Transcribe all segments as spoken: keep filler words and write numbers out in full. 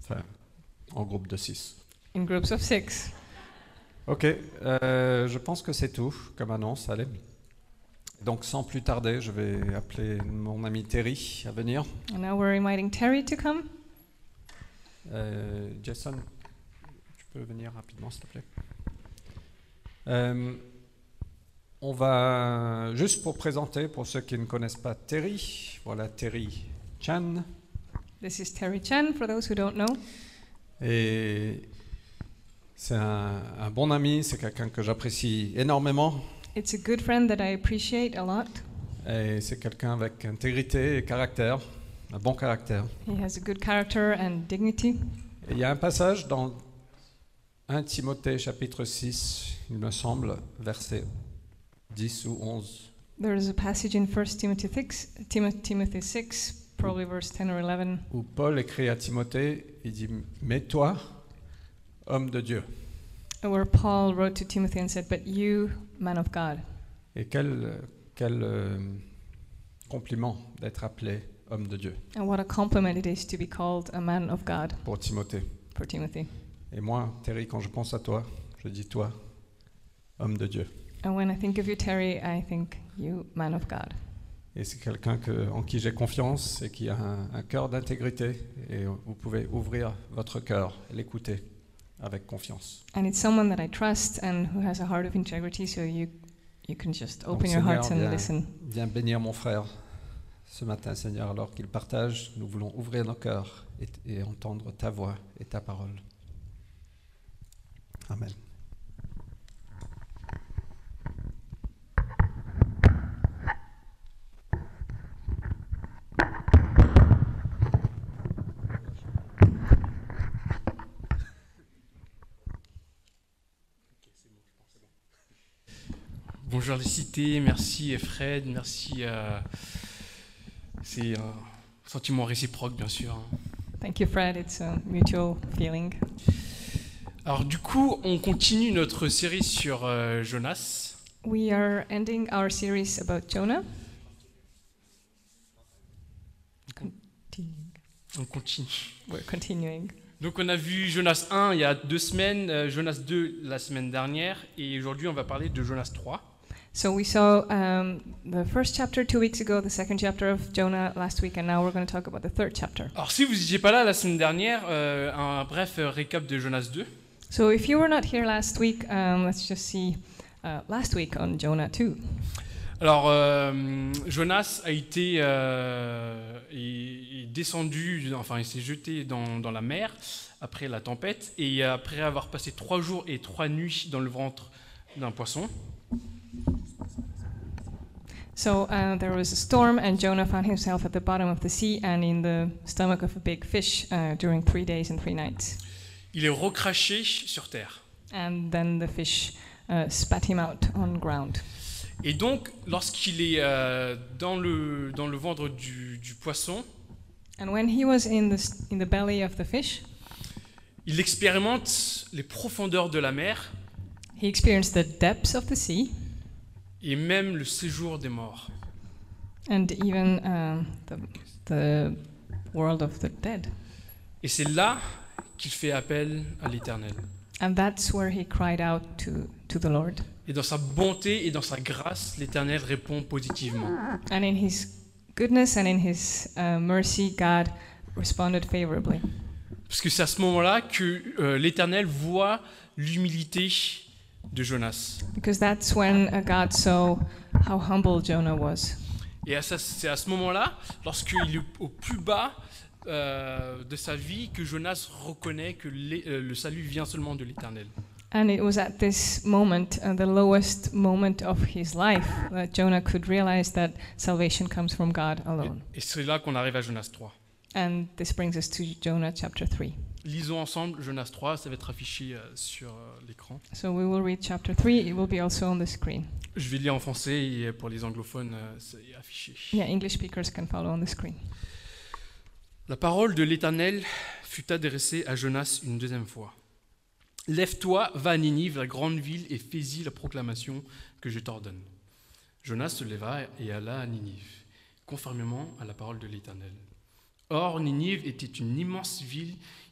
Enfin, en groupe de six. in groups of six. Ok, euh, je pense que c'est tout comme annonce, allez. Donc sans plus tarder, je vais appeler mon ami Terry à venir. And now we're inviting Terry to come. Euh, Jason, tu peux venir rapidement s'il te plaît. Euh, on va, juste pour présenter, pour ceux qui ne connaissent pas Terry, voilà Terry Chan. This is Terry Chan, for those who don't know. Et c'est un, un bon ami, c'est quelqu'un que j'apprécie énormément. It's a good friend that I appreciate a lot. Et c'est quelqu'un avec intégrité et caractère, un bon caractère. He has a good character and dignity. Et il y a un passage dans premier Timothée chapitre six, il me semble, verset dix ou onze. There is a passage in First Timothy six, Tim- Timothy six, probably verse ten or eleven, Où Paul écrit à Timothée, il dit « Mais toi, homme de Dieu ». where Paul wrote to Timothy and said, "But you, man of God." Et quel, quel euh, compliment d'être appelé homme de Dieu And what a compliment it is to be called a man of God pour Timothée. for Timothy. Et moi, Terry, quand je pense à toi, je dis toi, homme de Dieu. And when I think of you, Terry, I think you, man of God. Et c'est quelqu'un que, en qui j'ai confiance et qui a un, un cœur d'intégrité. Et vous pouvez ouvrir votre cœur et l'écouter avec confiance. And it's someone that I trust and who has a heart of integrity, so you you can just Donc, open your Seigneur, hearts and viens, listen. viens bénir mon frère ce matin, Seigneur, alors qu'il partage. Nous voulons ouvrir nos cœurs et, et entendre ta voix et ta parole. Amen. Bonjour les cités, merci Fred, merci. Euh, c'est un sentiment réciproque, bien sûr. Thank you, Fred. It's a mutual feeling. Alors du coup, on continue notre série sur euh, Jonas. We are ending our series about Jonah. Continuing. On continue. We're continuing. Donc on a vu Jonas un il y a deux semaines, euh, Jonas deux la semaine dernière, et aujourd'hui on va parler de Jonas trois. So we saw um, the first chapter two weeks ago, the second chapter of Jonah last week, and now we're going to talk about the third chapter. Alors si vous n'étiez pas là la semaine dernière, euh, un bref euh, récap de Jonas deux. So if you were not here last week, um, let's just see uh, last week on Jonah two. Alors, euh, Jonas a été euh, est, est descendu, enfin, il s'est jeté dans, dans la mer après la tempête, et après avoir passé trois jours et trois nuits dans le ventre d'un poisson. So uh, there was a storm, and Jonah found himself at the bottom of the sea and in the stomach of a big fish uh, during three days and three nights. Il est recraché sur terre. And then the fish uh, spat him out on ground. Et donc, lorsqu'il est euh, dans, le, dans le ventre du, du poisson, And when he was in the, in the belly of the fish, il expérimente les profondeurs de la mer he experienced the depths of the sea et même le séjour des morts. and even um, the, the world of the dead. Et c'est là qu'il fait appel à l'Éternel. And that's where he cried out to, to the Lord. Et dans sa bonté et dans sa grâce, l'Éternel répond positivement. And in his goodness and in his uh, mercy, God responded favorably. Parce que c'est à ce moment-là que euh, l'Éternel voit l'humilité de Jonas. Because that's when uh, God saw how humble Jonah was. Et à ça, c'est à ce moment-là, lorsqu'il est au plus bas euh, de sa vie, que Jonas reconnaît que les, euh, le salut vient seulement de l'Éternel. And it was at this moment, uh, the lowest moment of his life, that Jonah could realize that salvation comes from God alone. Et, et c'est là qu'on arrive à Jonas trois. And this brings us to Jonah chapter three. Lisons ensemble Jonas trois, ça va être affiché euh, sur euh, l'écran. So we will read chapter three. It will be also on the screen. Je vais lire en français et pour les anglophones, euh, c'est affiché. Yeah, English speakers can follow on the screen. La parole de l'Éternel fut adressée à Jonas une deuxième fois. Lève-toi, va à Ninive, la grande ville, et fais-y la proclamation que je t'ordonne. Jonas se leva et alla à Ninive, conformément à la parole de l'Éternel. Or, Ninive était une immense ville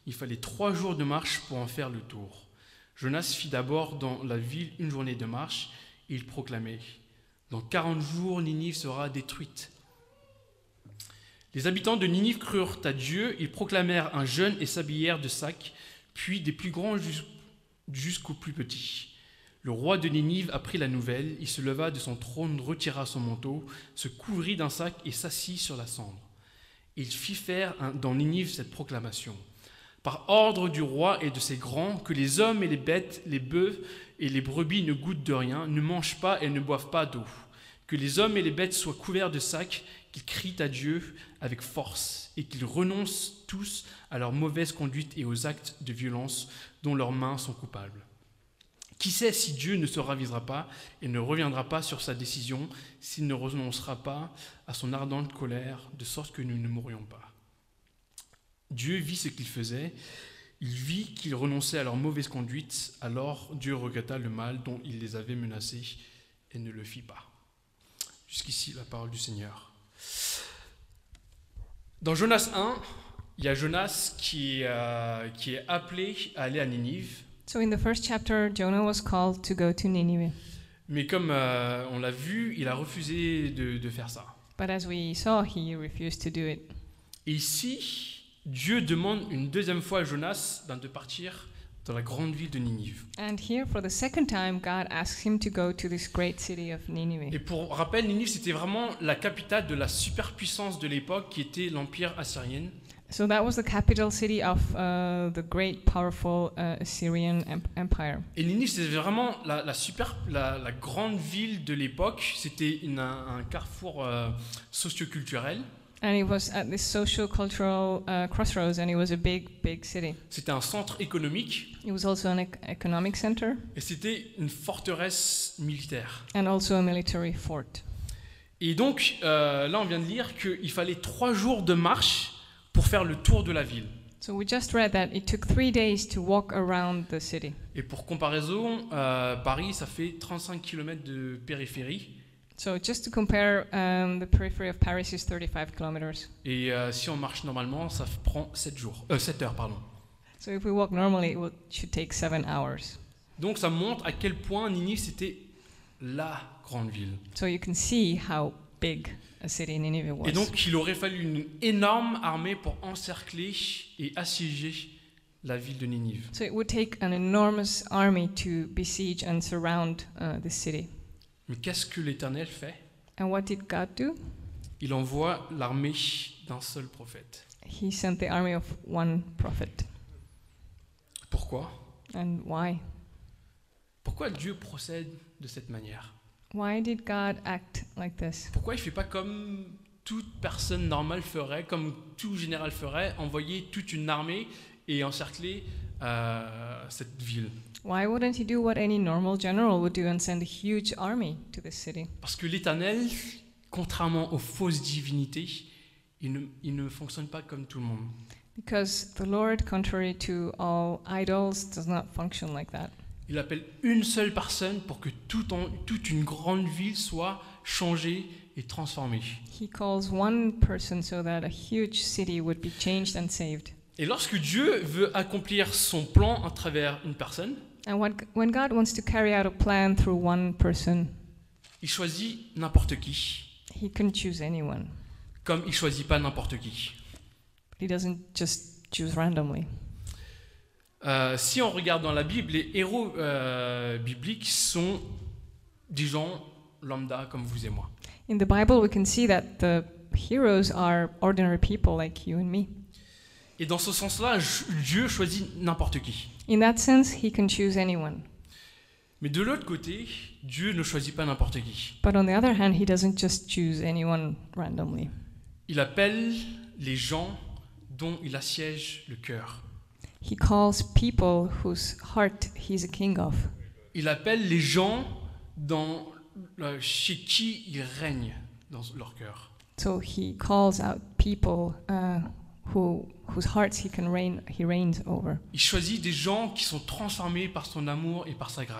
Il fallait trois jours de marche pour en faire le tour. Jonas fit d'abord dans la ville une journée de marche et il proclamait « Dans quarante jours, Ninive sera détruite ». Les habitants de Ninive crurent à Dieu, ils proclamèrent un jeûne et s'habillèrent de sacs, puis des plus grands jusqu'aux plus petits. Le roi de Ninive apprit la nouvelle, il se leva de son trône, retira son manteau, se couvrit d'un sac et s'assit sur la cendre. Il fit faire dans Ninive cette proclamation. Par ordre du roi et de ses grands, que les hommes et les bêtes, les bœufs et les brebis ne goûtent de rien, ne mangent pas et ne boivent pas d'eau. Que les hommes et les bêtes soient couverts de sacs, qu'ils crient à Dieu avec force et qu'ils renoncent tous à leur mauvaise conduite et aux actes de violence dont leurs mains sont coupables. Qui sait si Dieu ne se ravisera pas et ne reviendra pas sur sa décision, s'il ne renoncera pas à son ardente colère, de sorte que nous ne mourions pas. Dieu vit ce qu'ils faisaient, il vit qu'ils renonçaient à leur mauvaise conduite, alors Dieu regretta le mal dont il les avait menacés et ne le fit pas. Jusqu'ici la parole du Seigneur. Dans Jonas un, il y a Jonas qui, euh, qui est appelé à aller à Ninive. So in the first chapter, Jonah was called to go to Nineveh. Mais comme euh, on l'a vu, il a refusé de, de faire ça. But as we saw, he refused to do it. Et ici, Dieu demande une deuxième fois à Jonas de partir dans la grande ville de Ninive. And here, for the second time, God asks him to go to this great city of Nineveh. Et pour rappel, Ninive, c'était vraiment la capitale de la superpuissance de l'époque qui était l'Empire assyrien. So that was the capital city of uh, the great, powerful uh, Assyrian em- Empire. Et Ninive, c'était vraiment la, la, super, la, la grande ville de l'époque. C'était une, un, un carrefour euh, socioculturel. And it was at this socio-cultural uh, crossroads, and it was a big, big city. C'était un centre économique. It was also an ec- economic center. Et c'était une forteresse militaire. And also a military fort. Et donc, euh, là, on vient de lire qu'il fallait trois jours de marche pour faire le tour de la ville. So we just read that it took three days to walk around the city. Et pour comparaison, euh, Paris, ça fait trente-cinq kilomètres de périphérie. So just to compare, um, the periphery of Paris is thirty-five kilometers. Et euh, si on marche normalement, ça prend sept jours, euh, sept heures, pardon. So if we walk normally, it will, should take seven hours. Donc ça montre à quel point Ninive c'était la grande ville. So you can see how big a city Nineveh was. Et donc il aurait fallu une énorme armée pour encercler et assiéger la ville de Ninive. So it would take an enormous army to besiege and surround uh, this city. Mais qu'est-ce que l'Éternel fait? And what did God do? Il envoie l'armée d'un seul prophète. He sent the army of one prophet. Pourquoi? And why? Pourquoi Dieu procède de cette manière? Why did God act like this? Pourquoi il ne fait pas comme toute personne normale ferait, comme tout général ferait, envoyer toute une armée et encercler euh, cette ville? Why wouldn't he do what any normal general would do and send a huge army to this city? Parce que l'Éternel, contrairement aux fausses divinités, il ne, il ne fonctionne pas comme tout le monde. Because the Lord, contrary to all idols, does not function like that. Il appelle une seule personne pour que tout en, toute une grande ville soit changée et transformée. He calls one person so that a huge city would be changed and saved. Et lorsque Dieu veut accomplir son plan à travers une personne, And when, when God wants to carry out a plan through one person, il choisit n'importe qui, he can choose anyone. comme il choisit pas n'importe qui. He doesn't just choose randomly. Euh, si on regarde dans la Bible, les héros euh, bibliques sont des gens lambda comme vous et moi. In the Bible, we can see that the heroes are ordinary people like you and me. Et dans ce sens-là, Dieu choisit n'importe qui. In that sense, he can choose anyone. Mais de l'autre côté, Dieu ne choisit pas n'importe qui. But on the other hand, he doesn't just choose anyone randomly. Il appelle les gens dont il assiège le cœur. He calls people whose heart he's a king of. Il appelle les gens dans, euh, chez qui il règne dans leur cœur. So he calls out people uh, who, whose hearts he can reign, he reigns over. Il choisit des gens qui sont transformés par son amour et par sa grâce.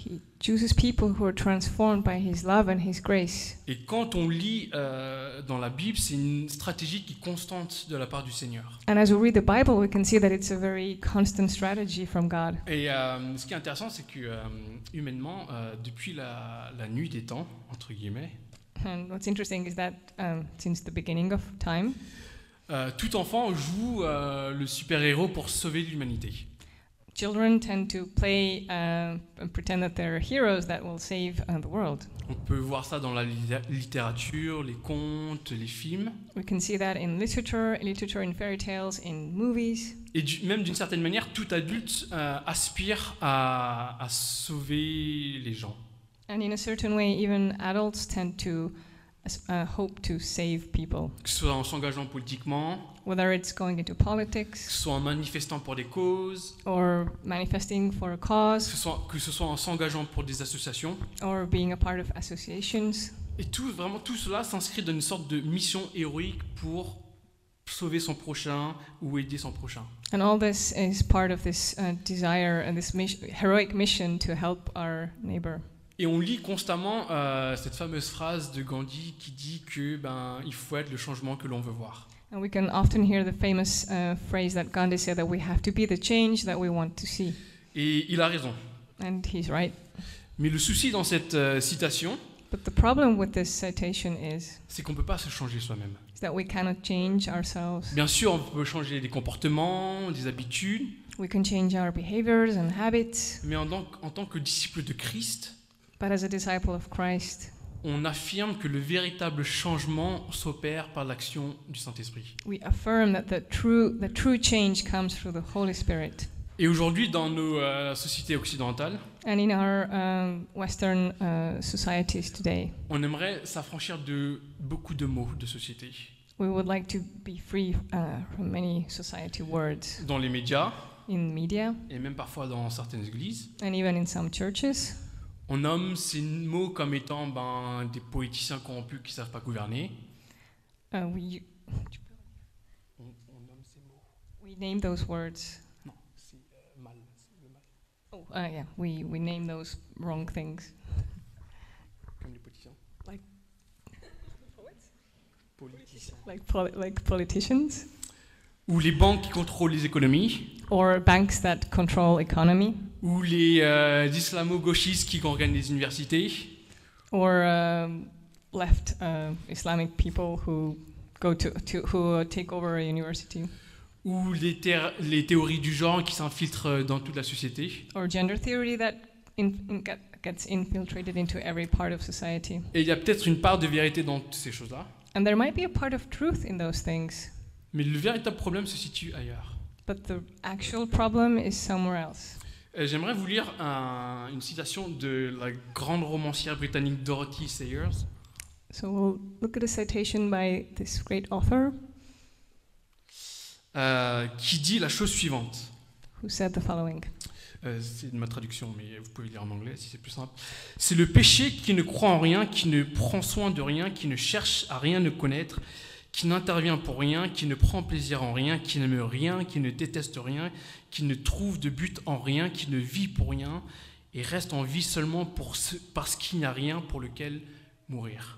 He chooses people who are transformed by His love and His grace. Et quand on lit euh, dans la Bible, c'est une stratégie qui est constante de la part du Seigneur. And as we read the Bible, we can see that it's a very constant strategy from God. Et euh, ce qui est intéressant, c'est que euh, humainement, euh, depuis la, la nuit des temps, entre guillemets, And what's interesting is that um, since the beginning of time, euh, tout enfant joue euh, le super-héros pour sauver l'humanité. children tend to play uh, and pretend that they're heroes that will save uh, the world. On peut voir ça dans la li- littérature, les contes, les films. We can see that in literature, literature in fairy tales, in movies. Et du- même d'une certaine manière, tout adulte euh, aspire à, à sauver les gens. And in a certain way, even adults tend to uh, hope to save people, Que ce soit en s'engageant politiquement, whether it's going into que politics ce soit en manifestant pour des causes, or manifesting for a que cause ce soit, que ce soit en s'engageant pour des associations. or being a part of associations. Et tout, vraiment, tout cela s'inscrit dans une sorte de mission héroïque pour sauver son prochain ou aider son prochain. And all this is part of this uh, desire and this mis- heroic mission to help our neighbor. Et on lit constamment euh, cette fameuse phrase de Gandhi qui dit que ben, il faut être le changement que l'on veut voir. And we can often hear the famous uh, phrase that Gandhi said, that we have to be the change that we want to see. Et il a raison. And he's right. Mais le souci dans cette euh, citation, But the problem with this citation is, c'est qu'on ne peut pas se changer soi-même. is that we cannot change ourselves. Bien sûr, on peut changer des comportements, des habitudes, We can change our behaviors and habits, mais en tant, en tant que disciple de Christ, but as a disciple of Christ, on affirme que le véritable changement s'opère par l'action du Saint-Esprit. we affirm that the true, the true change comes through the Holy Spirit. Et aujourd'hui, dans nos euh, sociétés occidentales, And in our um, Western uh, societies today, on aimerait s'affranchir de beaucoup de mots de société. we would like to be free uh, from many society words Dans les médias, in media et même parfois dans certaines églises, and even in some churches. on nomme ces mots comme étant ben, des politiciens corrompus qui ne savent pas gouverner. Uh, we, On, on nomme ces mots. we name those words. Non, c'est euh, mal. C'est le mal. Oh, uh, yeah, we, we name those wrong things. Comme les politiciens. Like- Politiciens. Like, poli- like politicians Ou les banques qui contrôlent les économies. or banks that control economy Ou les euh, islamo-gauchistes qui gagnent les universités. or um, left uh, Islamic people who go to, to who uh, take over a university Ou les, thér- les théories du genre qui s'infiltrent dans toute la société. or gender theory that in, in get, gets infiltrated into every part of society. Et il y a peut-être une part de vérité dans toutes ces choses-là. And there might be a part of truth in those things, Mais le véritable problème se situe ailleurs. but the actual problem is somewhere else. Euh, J'aimerais vous lire un- une citation de la grande romancière britannique Dorothy Sayers. So we'll look at a citation by this great author euh, qui dit la chose suivante. who said the following. Euh, c'est de ma traduction, mais vous pouvez lire en anglais si c'est plus simple. C'est le péché qui ne croit en rien, qui ne prend soin de rien, qui ne cherche à rien ne connaître, qui n'intervient pour rien, qui ne prend plaisir en rien, qui n'aime rien, qui ne déteste rien, qui ne trouve de but en rien, qui ne vit pour rien et reste en vie seulement pour ce- parce qu'il n'y a rien pour lequel mourir.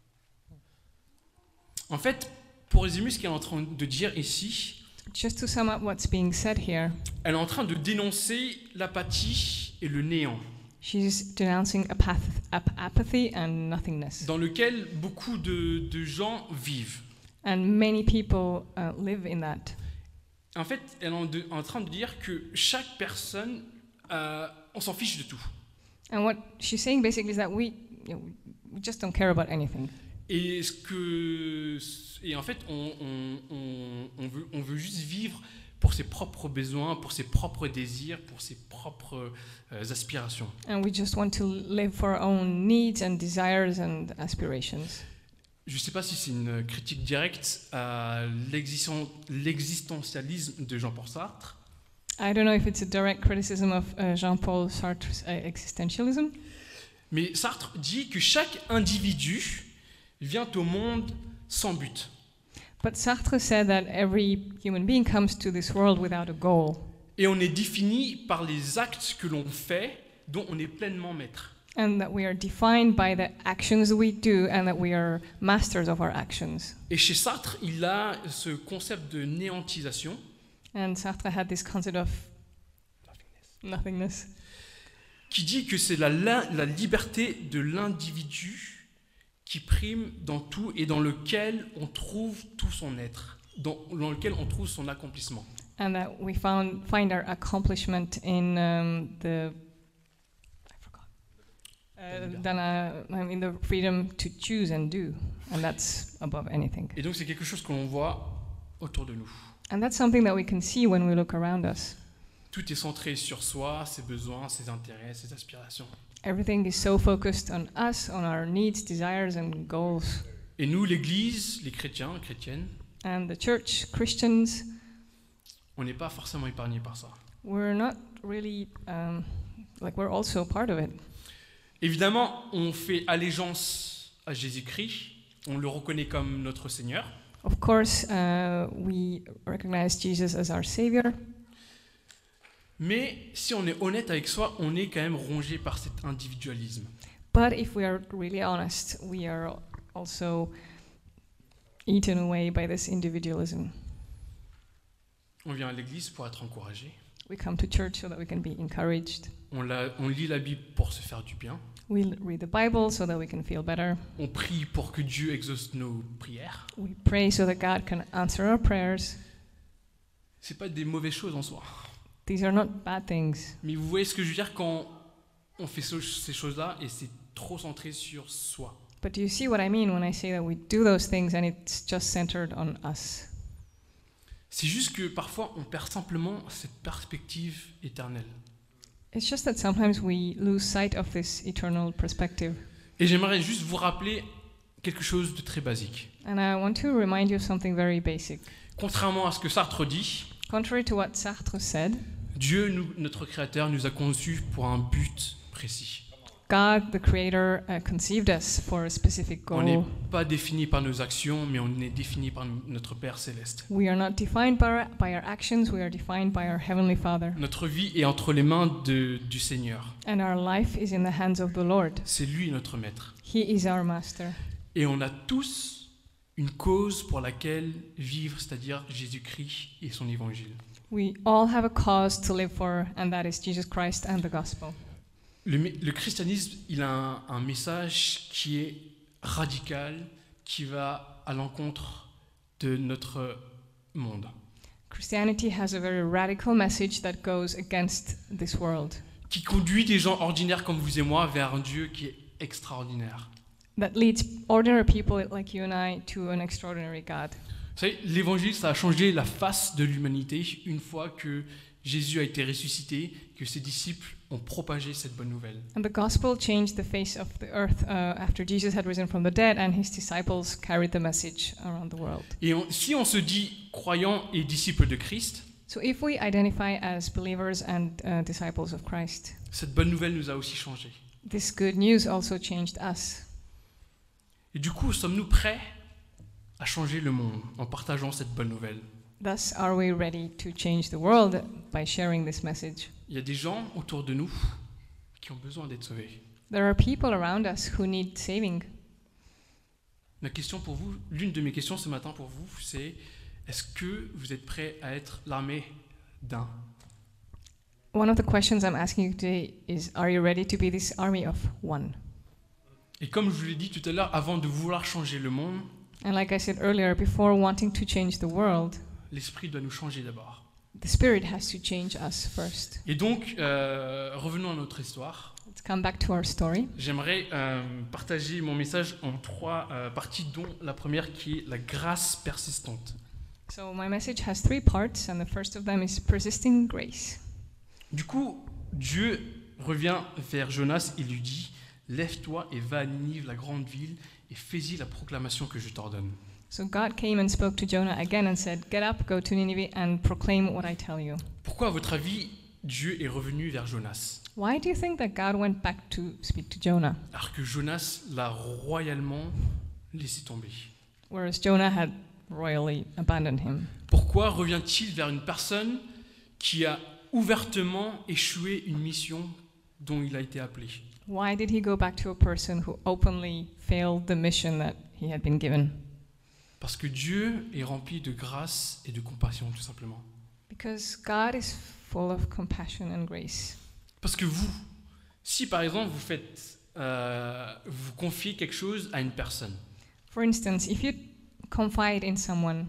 En fait, pour résumer ce qu'elle est en train de dire ici, Just to sum up what's being said here, elle est en train de dénoncer l'apathie et le néant, she's denouncing apath- ap- apathy and nothingness. dans lequel beaucoup de, de gens vivent. And many people uh, live in that. En fait, elle est en, de- en train de dire que chaque personne, euh, on s'en fiche de tout. And what she's saying basically is that we, you know, we just don't care about anything. Et, ce que, et en fait, on, on- on- on veut, on veut juste vivre pour ses propres besoins, pour ses propres désirs, pour ses propres euh, aspirations. And we just want to live for our own needs and desires and aspirations. Je ne sais pas si c'est une critique directe à l'existen- l'existentialisme de Jean-Paul Sartre, I don't know if it's a direct criticism of uh, Jean-Paul Sartre's uh, existentialism, mais Sartre dit que chaque individu vient au monde sans but. but Sartre said that every human being comes to this world without a goal. Et on est défini par les actes que l'on fait dont on est pleinement maître. And that we are defined by the actions we do and that we are masters of our actions. Et chez Sartre, il a ce concept de néantisation And Sartre had this concept of nothingness, qui dit que c'est la, la, la liberté de l'individu qui prime dans tout et dans lequel on trouve tout son être, dans, dans lequel on trouve son accomplissement. and that we found find our accomplishment in um, the I forgot uh, than, uh, I mean the freedom to choose and do, and that's above anything. Et donc c'est quelque chose que l'on voit autour de nous. And that's something that we can see when we look around us. Tout est centré sur soi, ses besoins, ses intérêts, ses aspirations. Everything is so focused on us, on our needs, desires, and goals. Et nous, l'Église, les chrétiens, les chrétiennes, And the church, Christians, on n'est pas forcément épargnés par ça. we're not really, um, like we're also part of it. Évidemment, on fait allégeance à Jésus-Christ, on le reconnaît comme notre Seigneur, Of course, uh, we recognize Jesus as our Savior, mais si on est honnête avec soi, on est quand même rongé par cet individualisme. but if we are really honest, we are also eaten away by this individualism. On vient à l'Église pour être encouragé, We come to church so that we can be encouraged. on, la- on lit la Bible pour se faire du bien, We l- read the Bible so that we can feel better. on prie pour que Dieu exauce nos prières. We pray so that God can answer our prayers. C'est pas des mauvaises choses en soi. These are not bad things. Mais vous voyez ce que je veux dire quand on fait ce- ces choses-là et c'est trop centré sur soi. But do you see what I mean when I say that we do those things and it's just centered on us? C'est juste que parfois on perd simplement cette perspective éternelle. It's just that sometimes we lose sight of this eternal perspective. Et j'aimerais juste vous rappeler quelque chose de très basique. And I want to remind you of something very basic. Contrairement à ce que Sartre dit, Contrary to what Sartre said, Dieu, nous- notre Créateur, nous a conçus pour un but précis. God, the Creator, uh, conceived us for a specific On n'est goal. pas défini par nos actions, mais on est défini par notre Père céleste. We are not defined by our, by our actions, we are defined by our Heavenly Father. Notre vie est entre les mains de- du Seigneur. And our life is in the hands of the Lord. C'est lui notre Maître. He is our Master. Et on a tous une cause pour laquelle vivre, c'est-à-dire Jésus-Christ et son évangile. We all have a cause to live for, and that is Jesus Christ and the gospel. Le, mé- le christianisme, il a un, un message qui est radical, qui va à l'encontre de notre monde. Christianity has a very radical message that goes against this world, Qui conduit des gens ordinaires comme vous et moi vers un Dieu qui est extraordinaire. that leads ordinary people like you and I to an extraordinary God. Vous savez, l'évangile, ça a changé la face de l'humanité une fois que Jésus a été ressuscité, que ses disciples ont propagé cette bonne nouvelle. And the gospel changed the face of the earth uh, after Jesus had risen from the dead and his disciples carried the message around the world. Et on- si on se dit croyant et disciple de Christ, So if we identify as believers and uh, disciples of Christ, cette bonne nouvelle nous a aussi changé. this good news also changed us. Et du coup, sommes-nous prêts à changer le monde en partageant cette bonne nouvelle? Thus, are we ready to change the world by sharing this message? Il y a des gens autour de nous qui ont besoin d'être sauvés. There are people around us who need saving. Ma question pour vous, l'une de mes questions ce matin pour vous, c'est est-ce que vous êtes prêts à être l'armée d'un? One of the questions I'm asking you today is, are you ready to be this army of one? Et comme je vous l'ai dit tout à l'heure, avant de vouloir changer le monde, And like I said earlier, before wanting to change the world, l'esprit doit nous changer d'abord. the Spirit has to change us first. Et donc, euh, revenons à notre histoire. Let's come back to our story. J'aimerais euh, partager mon message en trois euh, parties, dont la première qui est la grâce persistante. So my message has three parts, and the first of them is persisting grace. Du coup, Dieu revient vers Jonas et lui dit « Lève-toi et va à Ninive, la grande ville, et fais-y la proclamation que je t'ordonne. So God came and spoke to Jonah again and said, "Get up, go to Nineveh, and proclaim what I tell you." » Pourquoi, à votre avis, Dieu est revenu vers Jonas, Why do you think that God went back to speak to Jonah, alors que Jonas l'a royalement laissé tomber? whereas Jonah had royally abandoned him? Pourquoi revient-il vers une personne qui a ouvertement échoué une mission dont il a été appelé. Why did he go back to a person who openly failed the mission that he had been given? Parce que Dieu est rempli de grâce et de compassion, tout simplement. Because God is full of compassion and grace. Parce que vous, si par exemple vous faites, euh, vous confiez quelque chose à une personne, For instance, if you confide in someone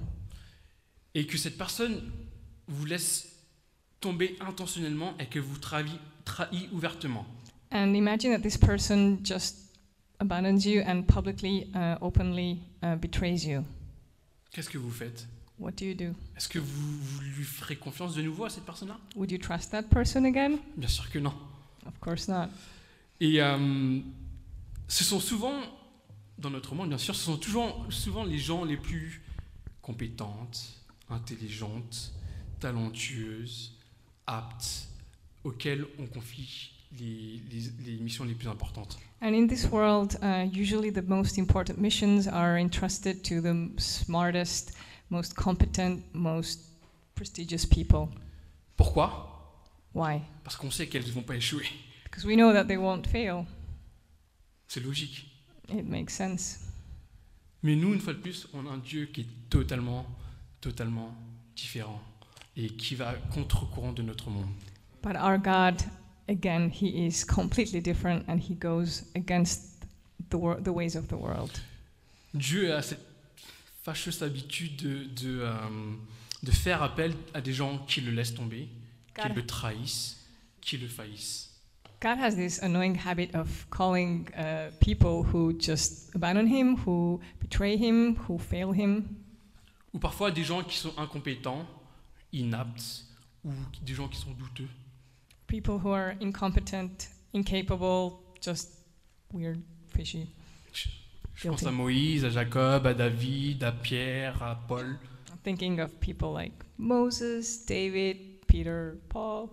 et que cette personne vous laisse tomber intentionnellement et que vous trahi, trahit ouvertement, and imagine that this person just abandons you and publicly, uh, openly uh, betrays you, qu'est-ce que vous faites? what do you do? Est-ce que vous, vous lui ferez confiance de nouveau à cette personne-là? Would you trust that person again? Bien sûr que non. Of course not. Et euh, ce sont souvent, dans notre monde bien sûr, ce sont toujours, souvent les gens les plus compétentes, intelligentes, talentueuses, aptes, auxquelles on confie les, les, les missions les plus importantes. And in this world, uh, usually the most important missions are entrusted to the smartest, most competent, most prestigious people. Pourquoi? Why? Parce qu'on sait qu'elles ne vont pas échouer. Because we know that they won't fail. C'est logique. It makes sense. Mais nous, une fois de plus, on a un Dieu qui est totalement, totalement différent et qui va contre-courant de notre monde. But our God, again, he is completely different and he goes against the, wor- the ways of the world. Dieu a cette fâcheuse habitude de, de, euh, de faire appel à des gens qui le laissent tomber, qui God, le trahissent, qui le faillissent. God has this annoying habit of calling uh, people who just abandon him, who betray him, who fail him, Ou parfois des gens qui sont incompétents, inaptes, ou des gens qui sont douteux. people who are incompetent, incapable, just weird, fishy. Je, je pense Guilty. à Moïse, à Jacob, à David, à Pierre, à Paul. I'm thinking of people like Moses, David, Peter, Paul.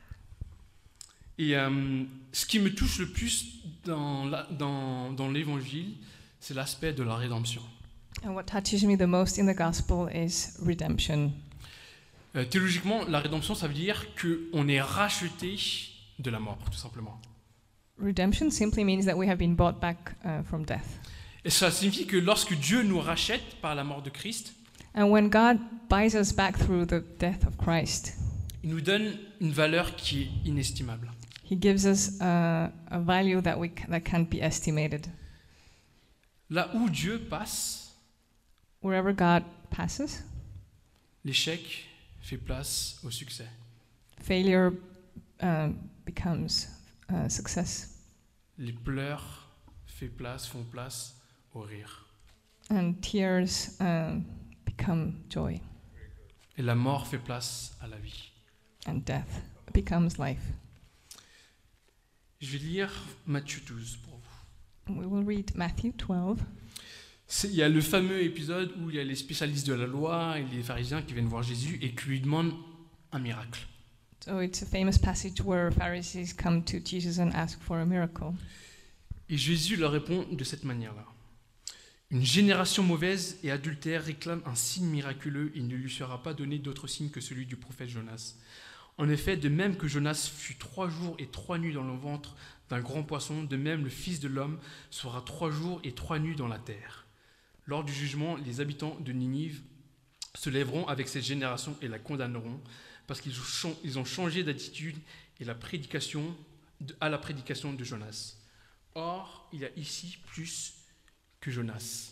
Et euh, ce qui me touche le plus dans, la, dans, dans l'évangile, c'est l'aspect de la rédemption. And what touches me the most in the gospel is redemption. Euh, théologiquement, la rédemption, ça veut dire qu'on est racheté de la mort, tout simplement. Redemption simply means that we have been bought back uh, from death. Et ça signifie que lorsque Dieu nous rachète par la mort de Christ, And when God buys us back through the death of Christ, il nous donne une valeur qui est inestimable. He gives us uh, a value that we c- that can't be estimated. Là où Dieu passe, Wherever God passes, l'échec fait place au succès. failure um, becomes uh, success, Les pleurs fait place, font place au rire. and tears um, become joy, Et la mort fait place à la vie. and death becomes life. Je vais lire Matthieu douze pour vous. We will read Matthew twelve. C'est- Il y a le fameux épisode où il y a les spécialistes de la loi et les pharisiens qui viennent voir Jésus et qui lui demandent un miracle. So it's a famous passage where Pharisees come to Jesus and ask for a miracle. Et Jésus leur répond de cette manière-là. Une génération mauvaise et adultère réclame un signe miraculeux, il ne lui sera pas donné d'autre signe que celui du prophète Jonas. En effet, de même que Jonas fut trois jours et trois nuits dans le ventre d'un grand poisson, de même le Fils de l'homme sera trois jours et trois nuits dans la terre. Lors du jugement, les habitants de Ninive se lèveront avec cette génération et la condamneront, parce qu'ils ont chan- ils ont changé d'attitude et la prédication de- à la prédication de Jonas. Or, il y a ici plus que Jonas.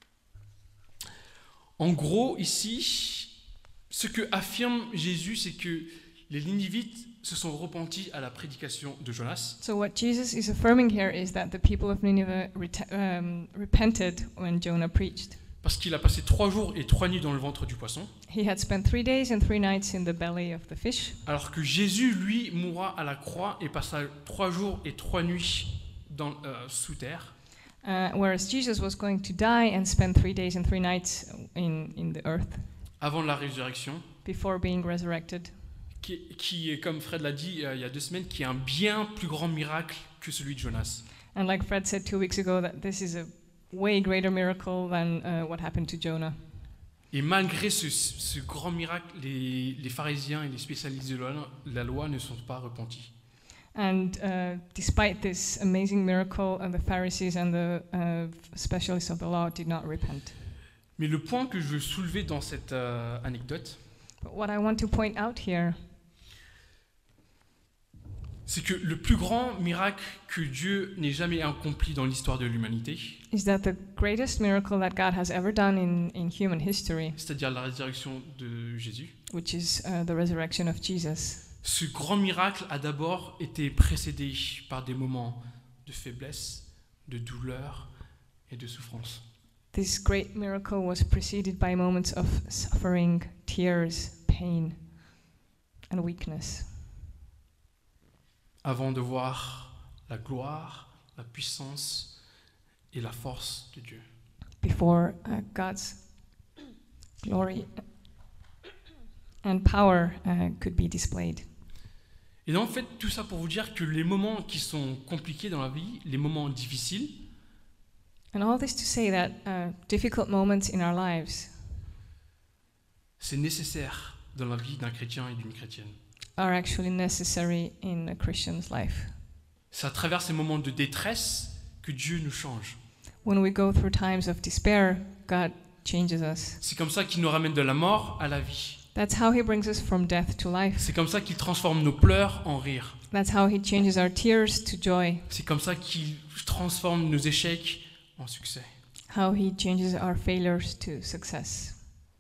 En gros, ici, ce que affirme Jésus, c'est que les Ninivites se sont repentis à la prédication de Jonas. So what Jesus is affirming here is that the people of Nineveh rete- um, repented when Jonah preached. Parce qu'il a passé trois jours et trois nuits dans le ventre du poisson, He had spent three days and three nights in the belly of the fish, alors que Jésus, lui, mourra à la croix et passa trois jours et trois nuits dans, euh, sous terre. uh, whereas Jesus was going to die and spend three days and three nights in, in the earth Avant la résurrection, before being resurrected. qui, qui est, comme Fred l'a dit euh, il y a deux semaines, qui est un bien plus grand miracle que celui de Jonas. And like Fred said two weeks ago, that this is a way greater miracle than uh, what happened to Jonah. Et malgré ce, ce grand miracle, les, les pharisiens et les spécialistes de la, la loi ne sont pas repentis. And uh, despite this amazing miracle, uh, the Pharisees and the uh, specialists of the law did not repent. Mais le point que je veux soulever dans cette euh, anecdote, But what I want to point out here c'est que le plus grand miracle que Dieu n'ait jamais accompli dans l'histoire de l'humanité, is that the greatest miracle that God has ever done in, in human history, c'est-à-dire la résurrection de Jésus, which is uh, the resurrection of Jesus, ce grand miracle a d'abord été précédé par des moments de faiblesse, de douleur et de souffrance. this great miracle was preceded by moments of suffering, tears, pain, and weakness, Avant de voir la gloire, la puissance et la force de Dieu. before uh, God's glory and power uh, could be displayed. Et en fait, tout ça pour vous dire que les moments qui sont compliqués dans la vie, les moments difficiles, And all this to say that uh, difficult moments in our lives c'est nécessaire dans la vie d'un chrétien et d'une chrétienne. are actually necessary in a Christian's life. C'est à travers ces moments de détresse que Dieu nous change. When we go through times of despair, God changes us. C'est comme ça qu'il nous ramène de la mort à la vie. That's how He brings us from death to life. C'est comme ça qu'il transforme nos pleurs en rire. That's how He changes our tears to joy. C'est comme ça qu'il transforme nos échecs en succès. How He changes our failures to success.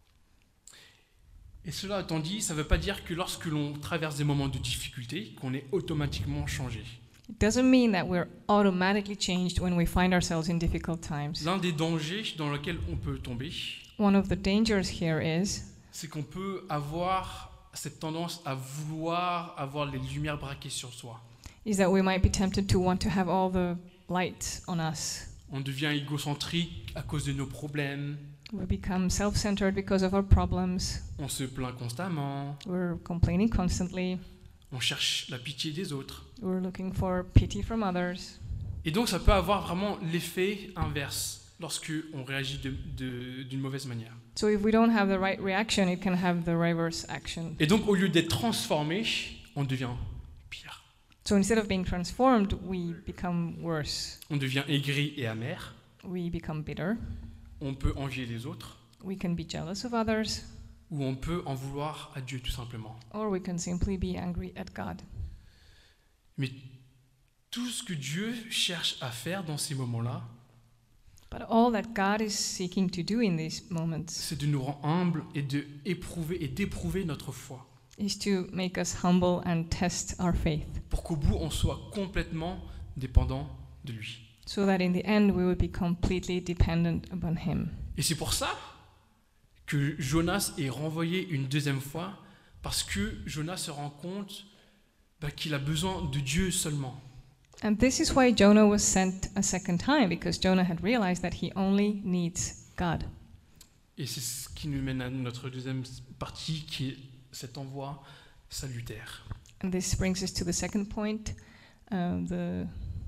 Et cela étant dit, ça ne veut pas dire que lorsque l'on traverse des moments de difficulté, qu'on est automatiquement changé. It doesn't mean that we're automatically changed when we find ourselves in difficult times. L'un des dangers dans lesquels on peut tomber, One of the dangers here is c'est qu'on peut avoir cette tendance à vouloir avoir les lumières braquées sur soi. is that we might be tempted to want to have all the light on us. On devient égocentrique à cause de nos problèmes, We become self-centered because of our problems. on se plaint constamment, We're complaining constantly. on cherche la pitié des autres. We're looking for pity from others. Et donc ça peut avoir vraiment l'effet inverse lorsque on réagit de- de- d'une mauvaise manière. So if we don't have the right reaction, it can have the reverse action. Et donc au lieu d'être transformé, on devient pire. So instead of being transformed, we become worse. On devient aigri et amer, We become bitter. on peut envier les autres, We can be jealous of others, ou on peut en vouloir à Dieu tout simplement. or we can simply be angry at God. Mais tout ce que Dieu cherche à faire dans ces moments-là, But all that God is seeking to do in these moments c'est de nous rendre humbles et de éprouver et d'éprouver notre foi, is to make us humble and test our faith, pour qu'au bout on soit complètement dépendant de lui. so that in the end we would be completely dependent upon Him. Et c'est pour ça que Jonas est renvoyé une deuxième fois, parce que Jonas se rend compte bah, qu'il a besoin de Dieu seulement. And this is why Jonah was sent a second time, because Jonah had realized that he only needs God. Et c'est ce qui nous mène à notre deuxième partie, qui est cet envoi salutaire. And this brings us to the second point, uh, the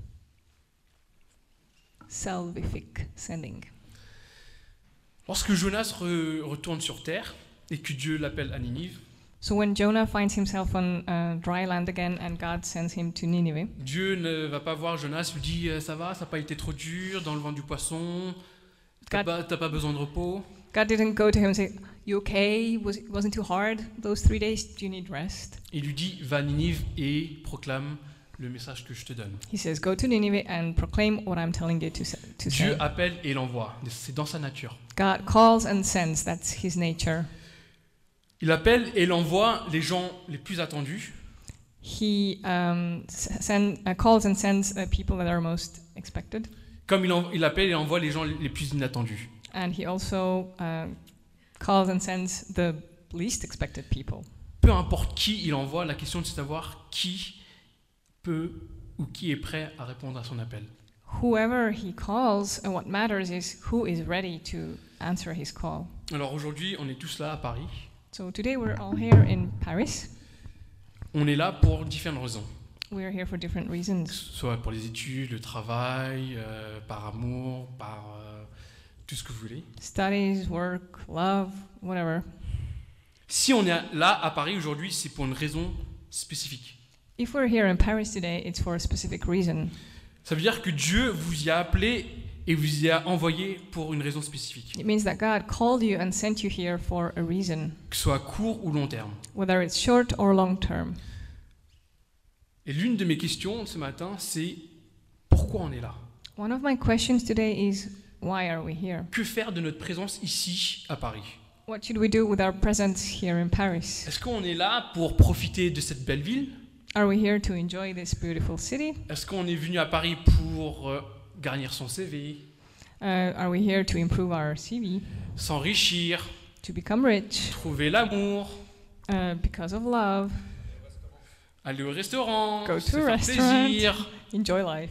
salvific sending. Lorsque Jonas re- retourne sur terre et que Dieu l'appelle à Ninive, So when Jonah finds himself on uh, dry land again and God sends him to Nineveh, Dieu ne va pas voir Jonas, lui dit euh, ça va, ça n'a pas été trop dur dans le ventre du poisson, t'as God- pas, t'as pas besoin de repos. God didn't go to him and say, "You okay? Was it wasn't too hard those three days? Do you need rest?" Il lui dit va à Ninive et proclame le message que je te donne. He says, "Go to Nineveh and proclaim what I'm telling you to s- to Dieu say." appelle et l'envoie, c'est dans sa nature. God calls and sends. That's His nature. Il appelle et l'envoie les gens les plus attendus, He um, s- send, uh, calls and sends uh, people that are most expected, comme il, en- il appelle et envoie les gens les plus inattendus. and He also uh, calls and sends the least expected people. Peu importe qui il envoie, la question c'est de savoir qui peut ou qui est prêt à répondre à son appel. Whoever He calls, uh, what matters is who is ready to answer His call. Alors aujourd'hui, on est tous là à Paris. So today we're all here in Paris. On est là pour différentes raisons. We're here for different reasons. Soit pour les études, le travail, euh, par amour, par euh, tout ce que vous voulez. Studies, work, love, whatever. Si on est là à Paris aujourd'hui, c'est pour une raison spécifique. If we're here in Paris today, it's for a specific reason. Ça veut dire que Dieu vous y a appelé et vous y a envoyé pour une raison spécifique, It means that God called you and sent you here for a reason, que ce soit à court ou long terme. whether it's short or long term. Et l'une de mes questions ce matin, c'est pourquoi on est là? One of my questions today is, why are we here? Que faire de notre présence ici à Paris? What should we do with our presence here in Paris? Est-ce qu'on est là pour profiter de cette belle ville? Are we here to enjoy this beautiful city? Est-ce qu'on est venu à Paris pour euh, garnir son C V, Uh, are we here to improve our C V, s'enrichir, to become rich, trouver l'amour, uh, because of love, aller au restaurant, Go to se a faire restaurant. plaisir? enjoy life?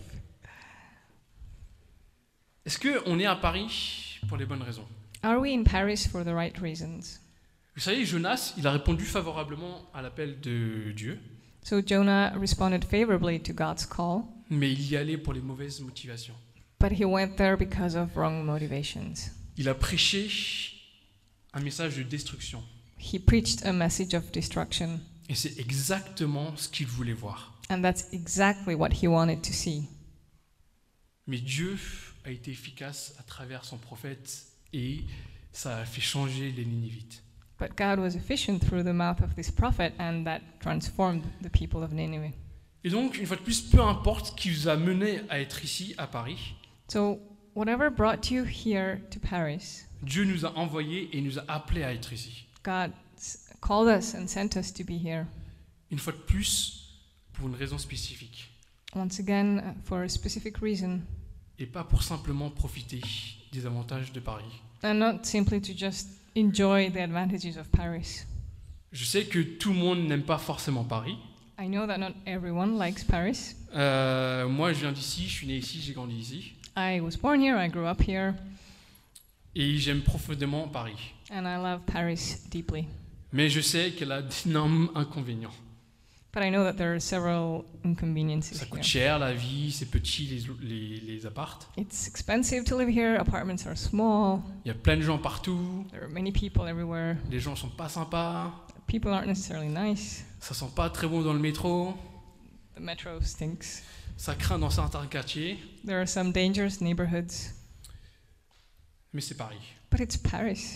Est-ce qu'on est à Paris pour les bonnes raisons? Are we in Paris for the right reasons? Vous savez, Jonas, il a répondu favorablement à l'appel de Dieu, So Jonah responded favorably to God's call, mais il y allait pour les mauvaises motivations. but he went there because of wrong motivations. Il a prêché un message de destruction. He preached a message of destruction, Et c'est exactement ce qu'il voulait voir. and that's exactly what he wanted to see. Mais Dieu a été efficace à travers son prophète et ça a fait changer les Ninivites. But God was efficient through the mouth of this prophet, and that transformed the people of Nineveh. Et donc, une fois de plus, peu importe ce qui vous a mené à être ici, à Paris, So whatever brought you here to Paris, Dieu nous a envoyés et nous a appelés à être ici. God s- called us and sent us to be here. Une fois de plus, pour une raison spécifique. Once again, uh, for a specific reason, Et pas pour simplement profiter des avantages de Paris. and not simply to just enjoy the advantages of Paris. Je sais que tout le monde n'aime pas forcément Paris. I know that not everyone likes Paris. Euh, moi, je viens d'ici, je suis né ici, j'ai grandi ici. I was born here, I grew up here, Et j'aime profondément Paris. and I love Paris deeply. Mais je sais qu'elle a d'énormes inconvénients. But I know that there are several inconveniences Ça coûte here. cher la vie, c'est petit les, les, les appartes. It's expensive to live here, apartments are small, Il y a plein de gens partout, there are many people everywhere, les gens sont pas sympas, people aren't necessarily nice, ça sent pas très bon dans le métro, the metro stinks, ça craint dans certains quartiers, there are some dangerous neighborhoods, mais c'est Paris. but it's Paris.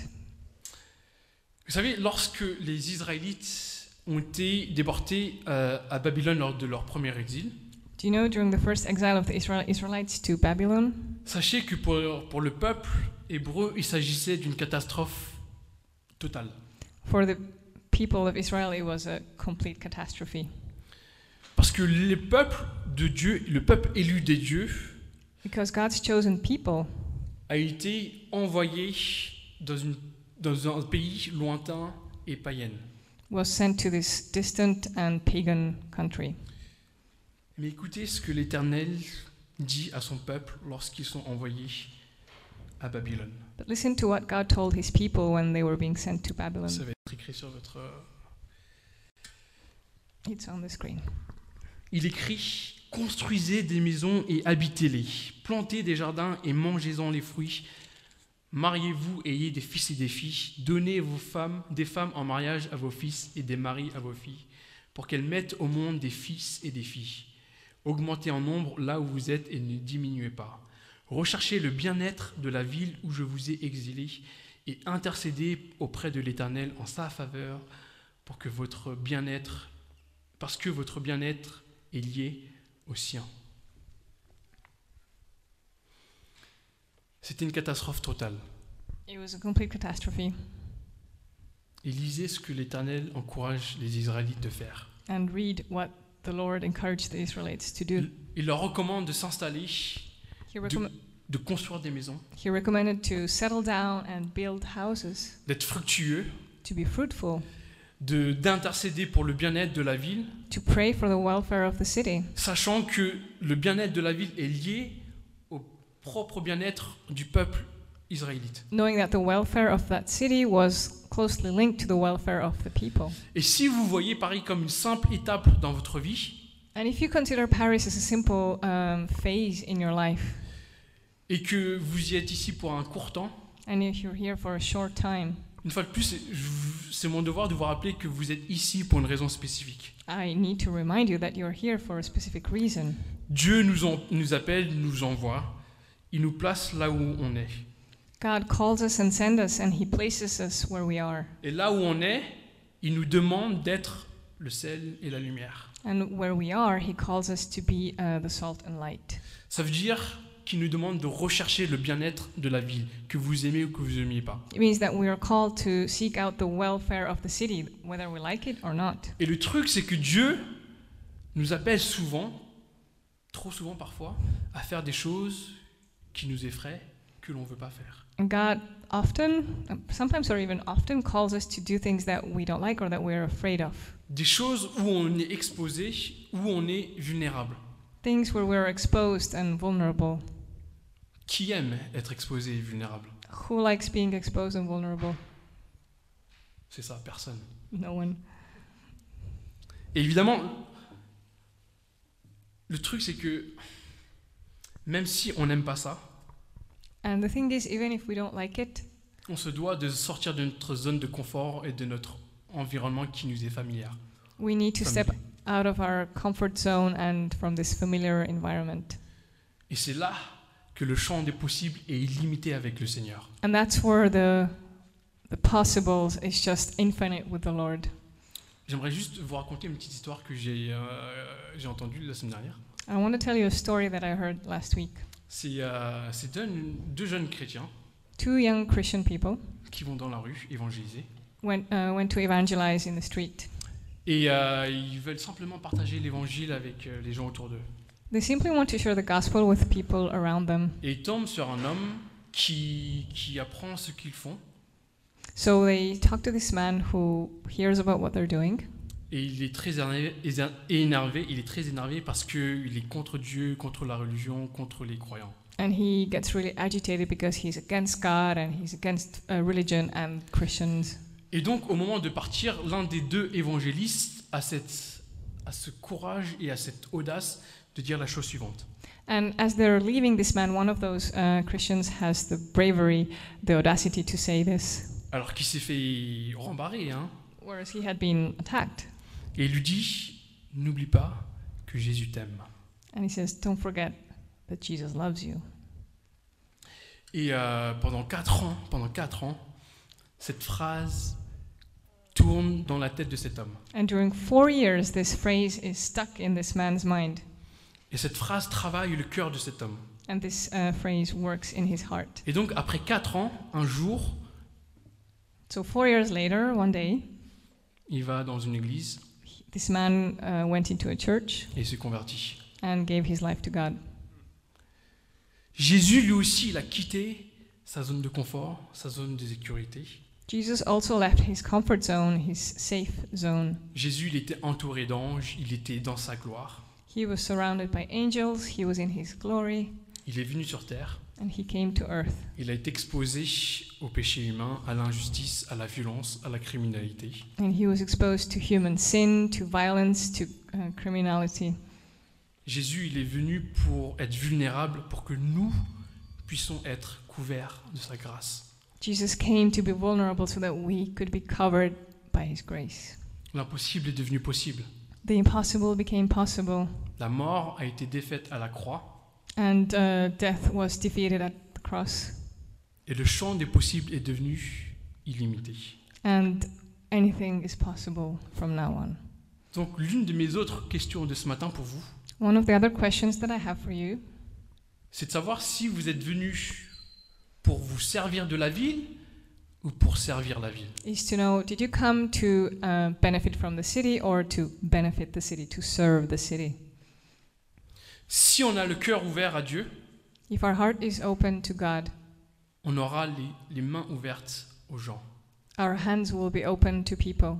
Vous savez, lorsque les Israélites ont été déportés euh, à Babylone lors de leur premier exil, Do you know during the first exile of the Israel- Israelites to Babylon, sachez que pour, pour le peuple hébreu, il s'agissait d'une catastrophe totale. for the people of Israel, it was a complete catastrophe. Parce que le peuple de Dieu, le peuple élu des dieux, Because God's chosen people a été envoyé dans, une, dans un pays lointain et païen. was sent to this distant and pagan country. Mais écoutez ce que l'Éternel dit à son peuple lorsqu'ils sont envoyés à Babylone. But listen to what God told his people when they were being sent to Babylon. Ça va être écrit sur votre... It's on the screen. Il écrit « Construisez des maisons et habitez-les, plantez des jardins et mangez-en les fruits, mariez-vous et ayez des fils et des filles, donnez vos femmes, des femmes en mariage à vos fils et des maris à vos filles, pour qu'elles mettent au monde des fils et des filles. Augmentez en nombre là où vous êtes et ne diminuez pas. Recherchez le bien-être de la ville où je vous ai exilé et intercédez auprès de l'Éternel en sa faveur pour que votre bien-être, parce que votre bien-être est lié au sien. » C'était une catastrophe totale. It was a complete catastrophe. Et lisez ce que l'Éternel encourage les Israélites de faire. And read what the Lord encouraged the Israelites to do. Il leur recommande de s'installer, He, recomm- de construire des maisons, he recommended to settle down and build houses, d'être fructueux, to be fruitful, de, d'intercéder pour le bien-être de la ville, to pray for the welfare of the city, sachant que le bien-être de la ville est lié au propre bien-être du peuple israélite. knowing that the welfare of that city was closely linked to the welfare of the people. Et si vous voyez Paris comme une simple étape dans votre vie, And if you consider Paris as a simple um, phase in your life, et que vous y êtes ici pour un court temps, and if you're here for a short time, une fois de plus, c'est- je- c'est mon devoir de vous rappeler que vous êtes ici pour une raison spécifique. I need to remind you that you're here for a specific reason. Dieu nous, en- nous appelle, nous envoie, il nous place là où on est. God calls us and sends us, and He places us where we are. Et là où on est, il nous demande d'être le sel et la lumière. And where we are, He calls us to be uh, the salt and light. Ça veut dire qu'il nous demande de rechercher le bien-être de la ville, que vous aimez ou que vous n'aimiez pas. It means that we are called to seek out the welfare of the city, whether we like it or not. Et le truc, c'est que Dieu nous appelle souvent, trop souvent parfois, à faire des choses qui nous effraient, que l'on ne veut pas faire. And God often, um, sometimes or even often, calls us to do things that we don't like or that we're afraid of. Des choses où on est exposé, où on est vulnérable. Things where we're exposed and vulnerable. Qui aime être exposé et vulnérable? Who likes being exposed and vulnerable? C'est ça, personne. No one. Et évidemment, le truc, c'est que même si on n'aime pas ça, And the thing is, even if we don't like it, on se doit de sortir de notre zone de confort et de notre environnement qui nous est familier. we need to step Familier. out of our comfort zone and from this familiar environment. Et c'est là que le champ des possibles est illimité avec le Seigneur. And that's where the the possibles is just infinite with the Lord. J'aimerais juste vous raconter une petite histoire que j'ai euh, j'ai entendue la semaine dernière. I want to tell you a story that I heard last week. C'est euh, c'est deux, deux jeunes chrétiens Two young Christian people qui vont dans la rue évangéliser. went uh, went to evangelize in the street. Et euh, ils veulent simplement partager l'évangile avec euh, les gens autour d'eux. They simply want to share the gospel with people around them. Et ils tombent sur un homme qui, qui apprend ce qu'ils font. So they talk to this man who hears about what they're doing. Et il est très énervé, énervé, il est très énervé parce qu'il est contre Dieu, contre la religion, contre les croyants. And he gets really agitated because he's against God and he's against uh, religion and Christians. Et donc, au moment de partir, l'un des deux évangélistes a, cette, a ce courage et a cette audace de dire la chose suivante. And as they're leaving this man, one of those uh, Christians has the bravery, the audacity to say this, Alors qu'il s'est fait rembarrer, hein. whereas he had been attacked. Et il lui dit, n'oublie pas que Jésus t'aime. And he says, don't forget that Jesus loves you. Et euh, pendant quatre ans, pendant quatre ans, cette phrase tourne dans la tête de cet homme. And during four years, this phrase is stuck in this man's mind. Et cette phrase travaille le cœur de cet homme. And this uh, phrase works in his heart. Et donc, après quatre ans, un jour, So four years later, one day, il va dans une église he- this man uh, went into a church et il se convertit. and gave his life to God. Jésus, lui aussi, il a quitté sa zone de confort, sa zone de sécurité. Jesus also left his comfort zone, his safe zone. Jésus, il était entouré d'anges, il était dans sa gloire. He was surrounded by angels, he was in his glory, Il est venu sur terre. and he came to earth. Il a été exposé au péché humain, à l'injustice, à la violence, à la criminalité. And he was exposed to human sin, to violence, to uh, criminality. Jésus, il est venu pour être vulnérable, pour que nous puissions être couverts de sa grâce. Jesus came to be vulnerable so that we could be covered by his grace. L'impossible est devenu possible. The impossible became possible, La mort a été défaite à la croix, and uh, death was defeated at the cross, et le champ des possibles est devenu illimité. and anything is possible from now on. Donc l'une de mes autres questions de ce matin pour vous, One of the other questions that I have for you c'est de savoir si vous êtes venus pour vous servir de la ville ou pour servir la ville. is to know, did you come to uh, benefit from the city or to benefit the city, to serve the city? Si on a le cœur ouvert à Dieu, If our heart is open to God, on aura les, les mains ouvertes aux gens. our hands will be open to people.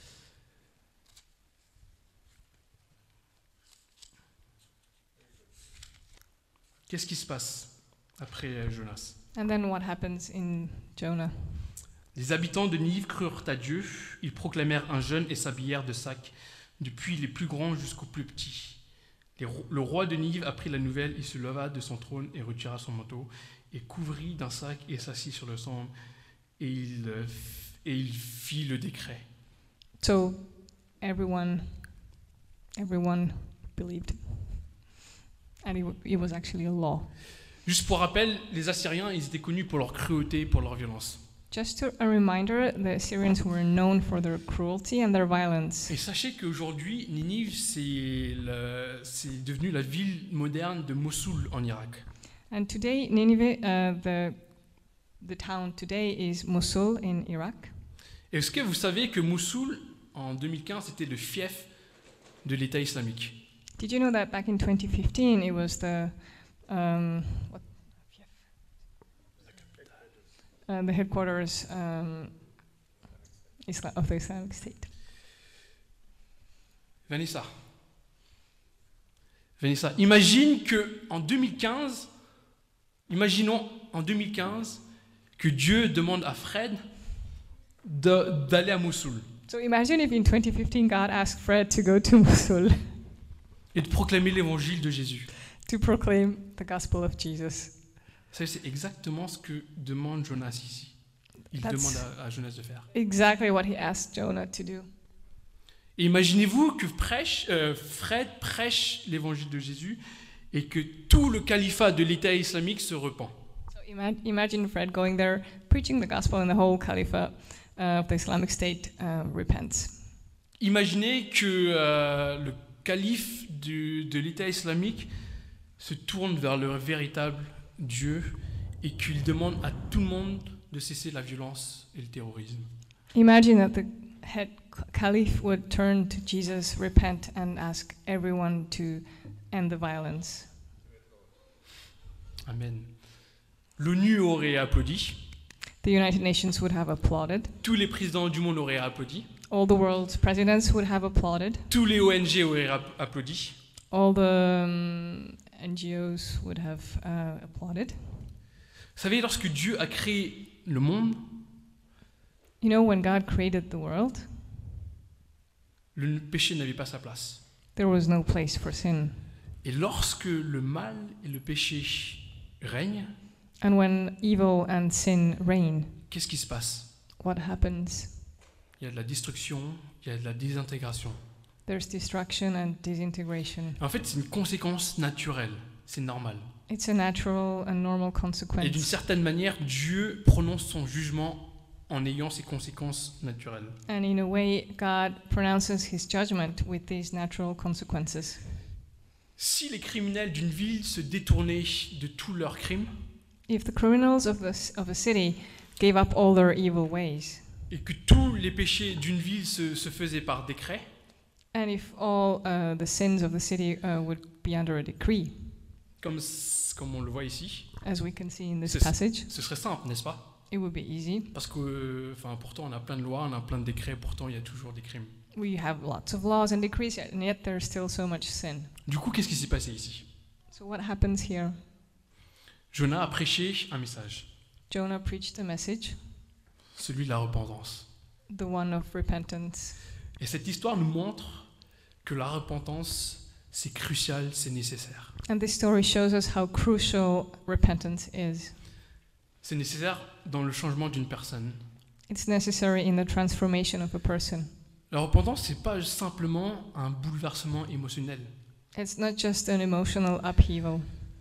Qu'est-ce qui se passe après euh, Jonas? And then what happens in Jonah? Les habitants de Ninive crurent à Dieu, ils proclamèrent un jeûne et s'habillèrent de sacs, depuis les plus grands jusqu'aux plus petits. Les ro- le roi de Ninive apprit la nouvelle, il se leva de son trône et retira son manteau, et couvrit d'un sac et s'assit sur le sang, et il, euh, f- et il fit le décret. So everyone, everyone believed. And it, wa- it was actually a law. Juste pour rappel, les Assyriens, ils étaient connus pour leur cruauté, pour leur violence. Just to, a reminder, the Assyrians were known for their cruelty and their violence. Et sachez qu'aujourd'hui, Ninive, c'est le- c'est devenu la ville moderne de Mossoul en Irak. And today, Nineveh, uh, the, the town today is Mosul in Iraq. Est-ce que vous savez que Mossoul, en deux mille quinze, c'était le fief de l'État islamique? Did you know that back in twenty fifteen it was the um, what, uh, the headquarters um, Isla- of the Islamic State? Vanessa. Vanessa, imagine que en deux mille quinze, imaginons en deux mille quinze que Dieu demande à Fred de- d'aller à Mossoul So imagine if in twenty fifteen God asked Fred to go to Mosul et de proclamer l'évangile de Jésus. to proclaim the gospel of Jesus. Ça, c'est exactement ce que demande Jonas ici. Il That's- demande à, à Jonas de faire. Exactly what he asked Jonah to do. Et imaginez-vous que prêche, euh, Fred prêche l'évangile de Jésus et que tout le califat de l'État islamique se repent. So ima- imagine Fred going there, preaching the gospel, and the whole caliphate uh, of the Islamic State uh, repents. Imaginez que euh, le calife du- de l'État islamique se tourne vers le véritable Dieu et qu'il demande à tout le monde de cesser la violence et le terrorisme. Imagine that the head caliph would turn to Jesus, repent, and ask everyone to end the violence. Amen. L'ONU aurait applaudi, The United Nations would have applauded. tous les présidents du monde auraient applaudi, All the world's presidents would have applauded. tous les O N G auraient app- applaudi. All the um, N G Os would have uh, applauded. Vous savez, lorsque Dieu a créé le monde, You know, when God created the world, le péché n'avait pas sa place. there was no place for sin. Et lorsque le mal et le péché règnent, And when evil and sin reign, qu'est-ce qui se passe? what happens? Il y a de la destruction, il y a de la désintégration. There's destruction and disintegration. En fait, c'est une conséquence naturelle, c'est normal. It's a natural and normal Et d'une consequence. certaine manière, Dieu prononce son jugement en ayant ces conséquences naturelles. And in a way, God pronounces his judgment with these natural consequences. Si les criminels d'une ville se détournaient de tous leurs crimes If the criminals of, the, of a city gave up all their evil ways, et que tous les péchés d'une ville se, se faisaient par décret, and if all uh, the sins of the city uh, would be under a decree, comme, s- comme on le voit ici, as we can see in this C'est- passage, ce serait simple, n'est-ce pas? it would be easy. Parce que, euh, enfin, pourtant, on a plein de lois, on a plein de décrets, pourtant, il y a toujours des crimes. We have lots of laws and decrees, and yet there's still so much sin. Du coup, qu'est-ce qui s'est passé ici? So what happens here? Jonas a prêché un message, Jonah preached a message, celui de la repentance. the one of repentance. Et cette histoire nous montre que la repentance, c'est crucial, c'est nécessaire. And this story shows us how crucial repentance is. C'est nécessaire dans le changement d'une personne. It's necessary in the transformation of a person. La repentance, c'est pas simplement un bouleversement émotionnel. It's not just an emotional upheaval.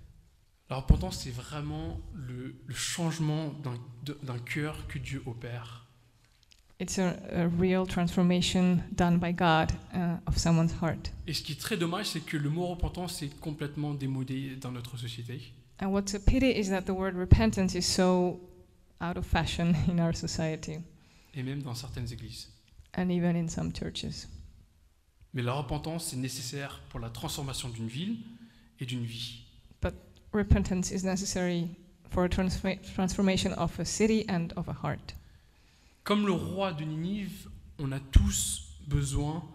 La repentance, c'est vraiment le, le changement d'un, de- d'un cœur que Dieu opère. It's a, a real transformation done by God uh, of someone's heart. Et ce qui est très dommage, c'est que le mot repentance est complètement démodé dans notre société. And what's a pity is that the word repentance is so out of fashion in our society, Et même dans certaines églises. and even in some churches. Mais la repentance, c'est nécessaire pour la transformation d'une ville et d'une vie. Repentance is necessary for a transfa- transformation of a city and of a heart. Comme le roi de Ninive, on a tous besoin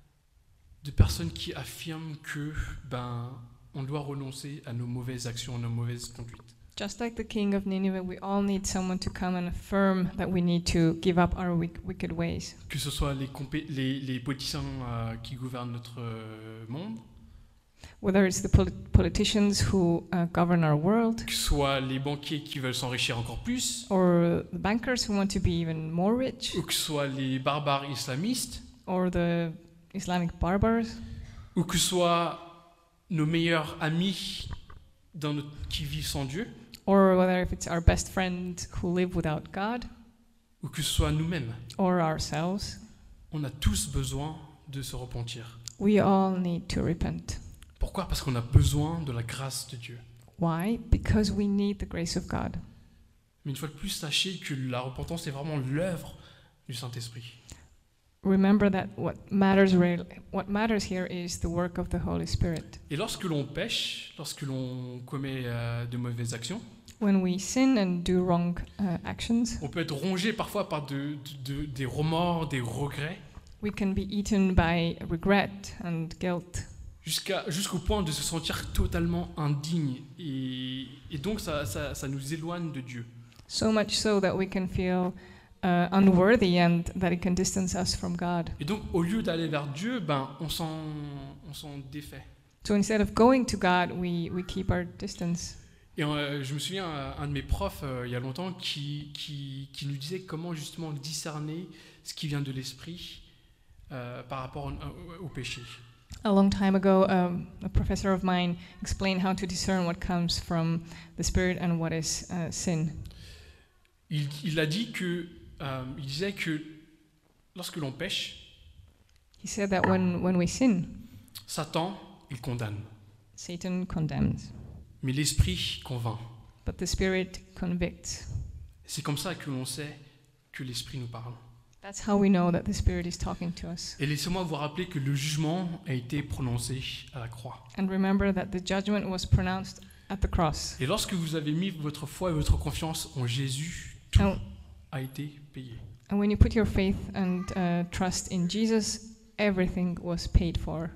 de personnes qui affirment que ben, on doit renoncer à nos mauvaises actions, à nos mauvaises conduites. Just like the king of Nineveh, we all need someone to come and affirm that we need to give up our wick- wicked ways. Que ce soit les, compé- les, les politiciens euh, qui gouvernent notre euh, monde, Whether it's the poli- politicians who uh, govern our world, que ce soit les banquiers qui veulent s'enrichir encore plus, or the bankers who want to be even more rich, ou que ce soit les barbares islamistes, or the Islamic barbars, ou que ce soit nos meilleurs amis dans notre, qui vivent sans Dieu, or whether if it's our best friend who live without God, ou que ce soit nous-mêmes. or ourselves, On a tous besoin de se repentir. we all need to repent. Pourquoi ? Parce qu'on a besoin de la grâce de Dieu. Why? Because we need the grace of God. Mais une fois de plus, sachez que la repentance est vraiment l'œuvre du Saint-Esprit. Remember that what matters really, what matters here is the work of the Holy Spirit. Et lorsque l'on pêche, lorsque l'on commet euh, de mauvaises actions, When we sin and do wrong uh, actions, on peut être rongé parfois par de, de- de- des remords, des regrets, we can be eaten by regret and guilt, jusqu'à, jusqu'au point de se sentir totalement indigne. Et, et donc ça, ça- ça nous éloigne de Dieu. so much so that we can feel uh, unworthy and that it can distance us from God. Et donc au lieu d'aller vers Dieu, ben, on s'en, on s'en défait. So instead of going to God, we, we keep our distance. Et euh, je me souviens, euh, un de mes profs, euh, il y a longtemps, qui, qui, qui nous disait comment justement discerner ce qui vient de l'esprit euh, par rapport au, au- au péché. A long time ago, um, a professor of mine explained how to discern what comes from the Spirit and what is uh, sin. Il, il a dit que, euh, il disait que lorsque l'on pêche, He said that when, when we sin, Satan, il condamne, Satan condemns, mais l'esprit convainc. but the Spirit convicts. C'est comme ça que l'on sait que l'esprit nous parle. That's how we know that the Spirit is talking to us. Et laissez-moi vous rappeler que le jugement a été prononcé à la croix. And remember that the judgment was pronounced at the cross. Et lorsque vous avez mis votre foi et votre confiance en Jésus, tout And, a été payé. and when you put your faith and uh, trust in Jesus, everything was paid for.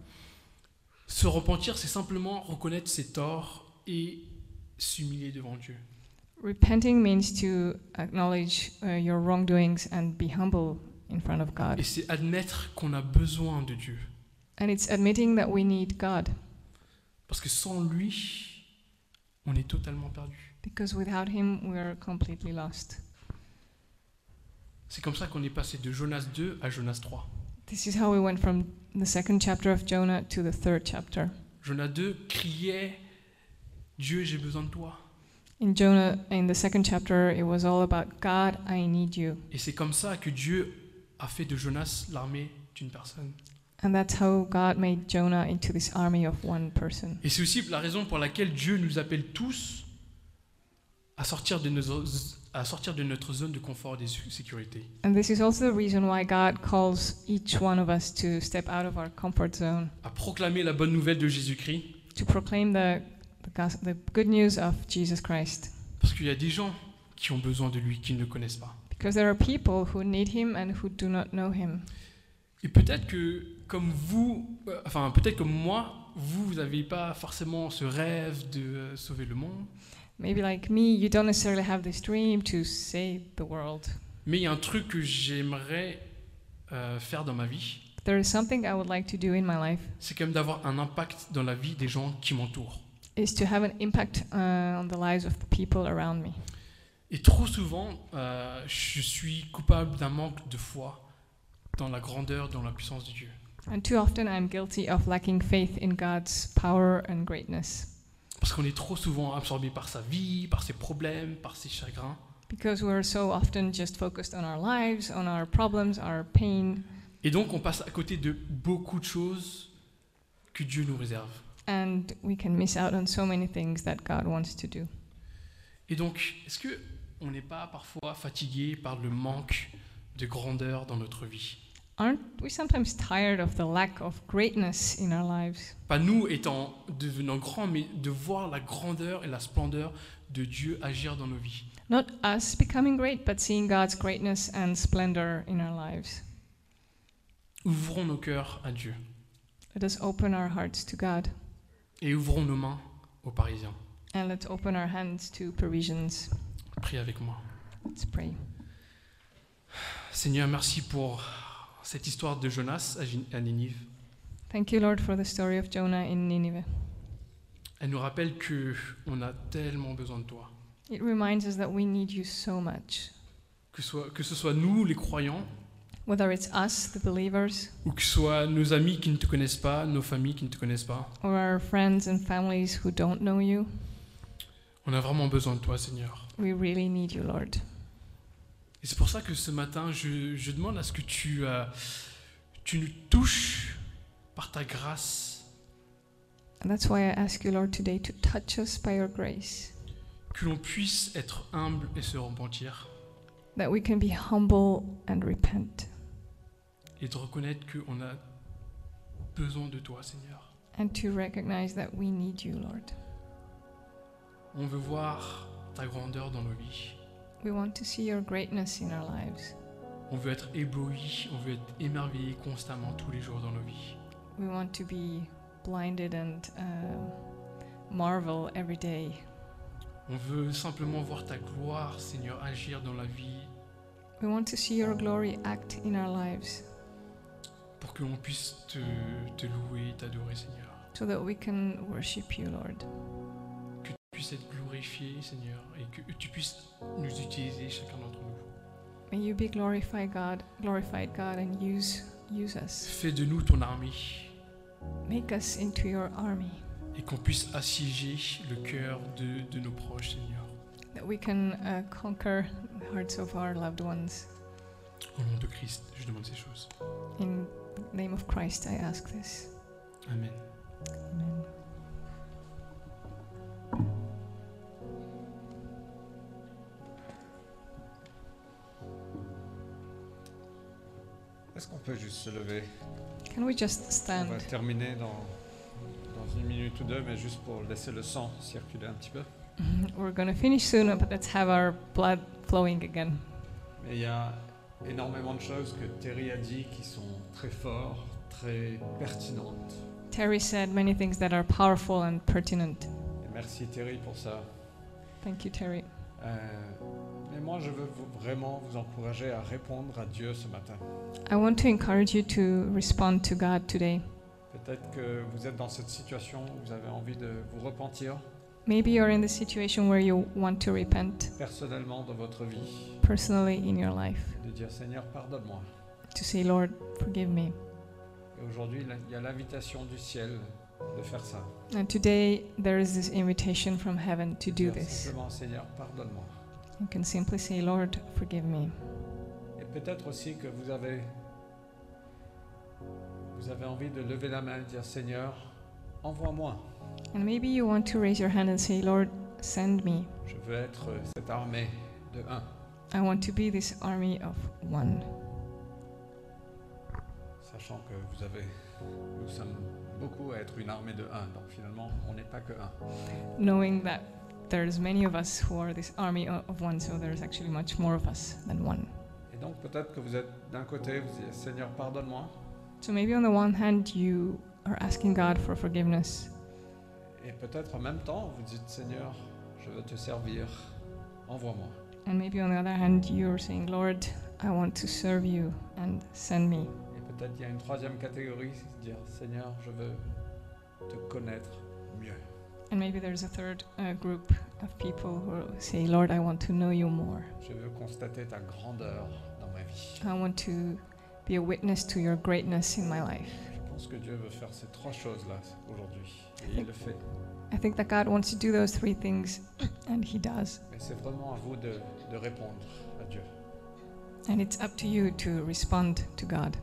Se repentir, c'est simplement reconnaître ses torts et s'humilier devant Dieu. Repenting means to acknowledge uh, your wrongdoings and be humble in front of God. Et c'est admettre qu'on a besoin de Dieu. And it's admitting that we need God, Parce que sans lui, on est totalement perdu. because without Him we are completely lost. C'est comme ça qu'on est passé de Jonas deux à Jonas trois. This is how we went from the second chapter of Jonah to the third chapter. Jonas deux criait « Dieu, j'ai besoin de toi ». In Jonah, in the second chapter, it was all about God, I need you. Et c'est comme ça que Dieu a fait de Jonas l'armée d'une personne. And that's how God made Jonah into this army of one person. Et c'est aussi la raison pour laquelle Dieu nous appelle tous à sortir de, nos, à sortir de notre zone de confort et de sécurité. And this is also the reason why God calls each one of us to step out of our comfort zone, À proclamer la bonne nouvelle de Jésus-Christ. to proclaim the, the, gos- the good news of Jesus Christ. Parce qu'il y a des gens qui ont besoin de lui, qui ne le connaissent pas. Because there are people who need Him and who do not know Him. Et peut-être que, comme vous, euh, enfin peut-être comme moi, vous, vous n'avez pas forcément ce rêve de euh, sauver le monde. Maybe like me, you don't necessarily have this dream to save the world. Mais il y a un truc que j'aimerais euh, faire dans ma vie, There is something I would like to do in my life, c'est quand même d'avoir un impact dans la vie des gens qui m'entourent. is to have an impact uh, on the lives of the people around me. Et trop souvent, euh, je suis coupable d'un manque de foi dans la grandeur, dans la puissance de Dieu. And too often I'm guilty of lacking faith in God's power and greatness. Parce qu'on est trop souvent absorbé par sa vie, par ses problèmes, par ses chagrins. Because we're so often just focused on our lives, on our problems, our pain, Et donc on passe à côté de beaucoup de choses que Dieu nous réserve. and we can miss out on so many things that God wants to do. Et donc, est-ce que on n'est pas parfois fatigué par le manque de grandeur dans notre vie? Aren't we sometimes tired of the lack of greatness in our lives? Pas nous étant devenant grands, mais de voir la grandeur et la splendeur de Dieu agir dans nos vies. Not us becoming great, but seeing God's greatness and splendor in our lives. Ouvrons nos cœurs à Dieu Let us open our hearts to God, et ouvrons nos mains aux Parisiens. and let's open our hands to Parisians. Priez avec moi. Let's pray. Seigneur, merci pour cette histoire de Jonas à Gin- à Ninive. Thank you, Lord, for the story of Jonah in Nineveh. Elle nous rappelle que on a tellement besoin de toi. It reminds us that we need you so much. Que, soit, que ce soit nous, les croyants, Whether it's us, the believers, ou que ce soit nos amis qui ne te connaissent pas, nos familles qui ne te connaissent pas. or our friends and families who don't know you, On a vraiment besoin de toi, Seigneur. we really need you, Lord. Et c'est pour ça que ce matin, je, je demande à ce que tu, euh, tu nous touches par ta grâce, And that's why I ask you, Lord, today to touch us by your grace, que l'on puisse être humble et se repentir, that we can be humble and repent, et de reconnaître qu'on a besoin de toi, Seigneur. and to recognize that we need you, Lord. On veut voir ta grandeur dans nos vies. We want to see your greatness in our lives. On veut être ébloui, on veut être émerveillé constamment tous les jours dans nos vies. We want to be blinded and uh, marvel every day. On veut simplement voir ta gloire, Seigneur, agir dans la vie We want to see your glory act in our lives pour que l'on puisse te, te louer et t'adorer, Seigneur. so that we can worship you, Lord. Que tu puisses être glorifié, Seigneur, et que tu puisses nous utiliser chacun d'entre nous. May you be glorified, God, glorified, God, and use use us. Fais de nous ton armée Make us into your army, et qu'on puisse assiéger le cœur de, de nos proches, Seigneur. that we can uh, conquer the hearts of our loved ones. Au nom de Christ, je demande ces choses. In the name of Christ, I ask this. Amen. Amen. Est-ce qu'on peut juste se lever? Can we just On stand? va terminer dans, dans une minute ou deux, mais juste pour laisser le sang circuler un petit peu. We're going to finish soon, but let's have our blood flowing again. Mais il y a énormément de choses que Terry a dit qui sont très fortes, très pertinentes. Terry said many things that are powerful and pertinent. Et merci Terry pour ça. Thank you, Terry. Euh, mais moi, je veux vous- vraiment vous encourager à répondre à Dieu ce matin. I want to encourage you to respond to God today. Peut-être que vous êtes dans cette situation où vous avez envie de vous repentir Maybe you're in the situation where you want to repent personnellement dans votre vie, personally in your life, de dire Seigneur, pardonne-moi. to say, Lord, forgive me. Et aujourd'hui, là, il y a l'invitation du ciel de faire ça. And today there is this invitation from heaven to do Dire this. simplement Seigneur, pardonne-moi. You can simply say, Lord, forgive me. Et peut-être aussi que vous avez, vous avez envie de lever la main et dire Seigneur, envoie-moi. And maybe you want to raise your hand and say, Lord, send me. Je veux être cette armée de un. I want to be this army of one. Sachant que vous avez, nous sommes beaucoup à être une armée de un. Donc finalement, on n'est pas que un. Knowing that there's many of us who are this army o- of one, so there's actually much more of us than one. Et donc peut-être que vous êtes d'un côté, vous dites Seigneur, pardonne-moi. So maybe on the one hand you are asking God for forgiveness, Et peut-être en même temps, vous dites Seigneur, je veux te servir, envoie-moi. and maybe on the other hand you're saying, Lord, I want to serve you and send me. Et peut-être il y a une troisième catégorie, c'est dire Seigneur, je veux te connaître mieux. And maybe there's a third uh, group of people who say, Lord, I want to know you more. Je veux constater ta grandeur dans ma vie. I want to be a witness to your greatness in my life. Je pense que Dieu veut faire ces trois choses-là aujourd'hui. Et il le fait. I think that God wants to do those three things, and He does. Mais c'est vraiment à vous de, de répondre à Dieu. And it's up to you to respond to God.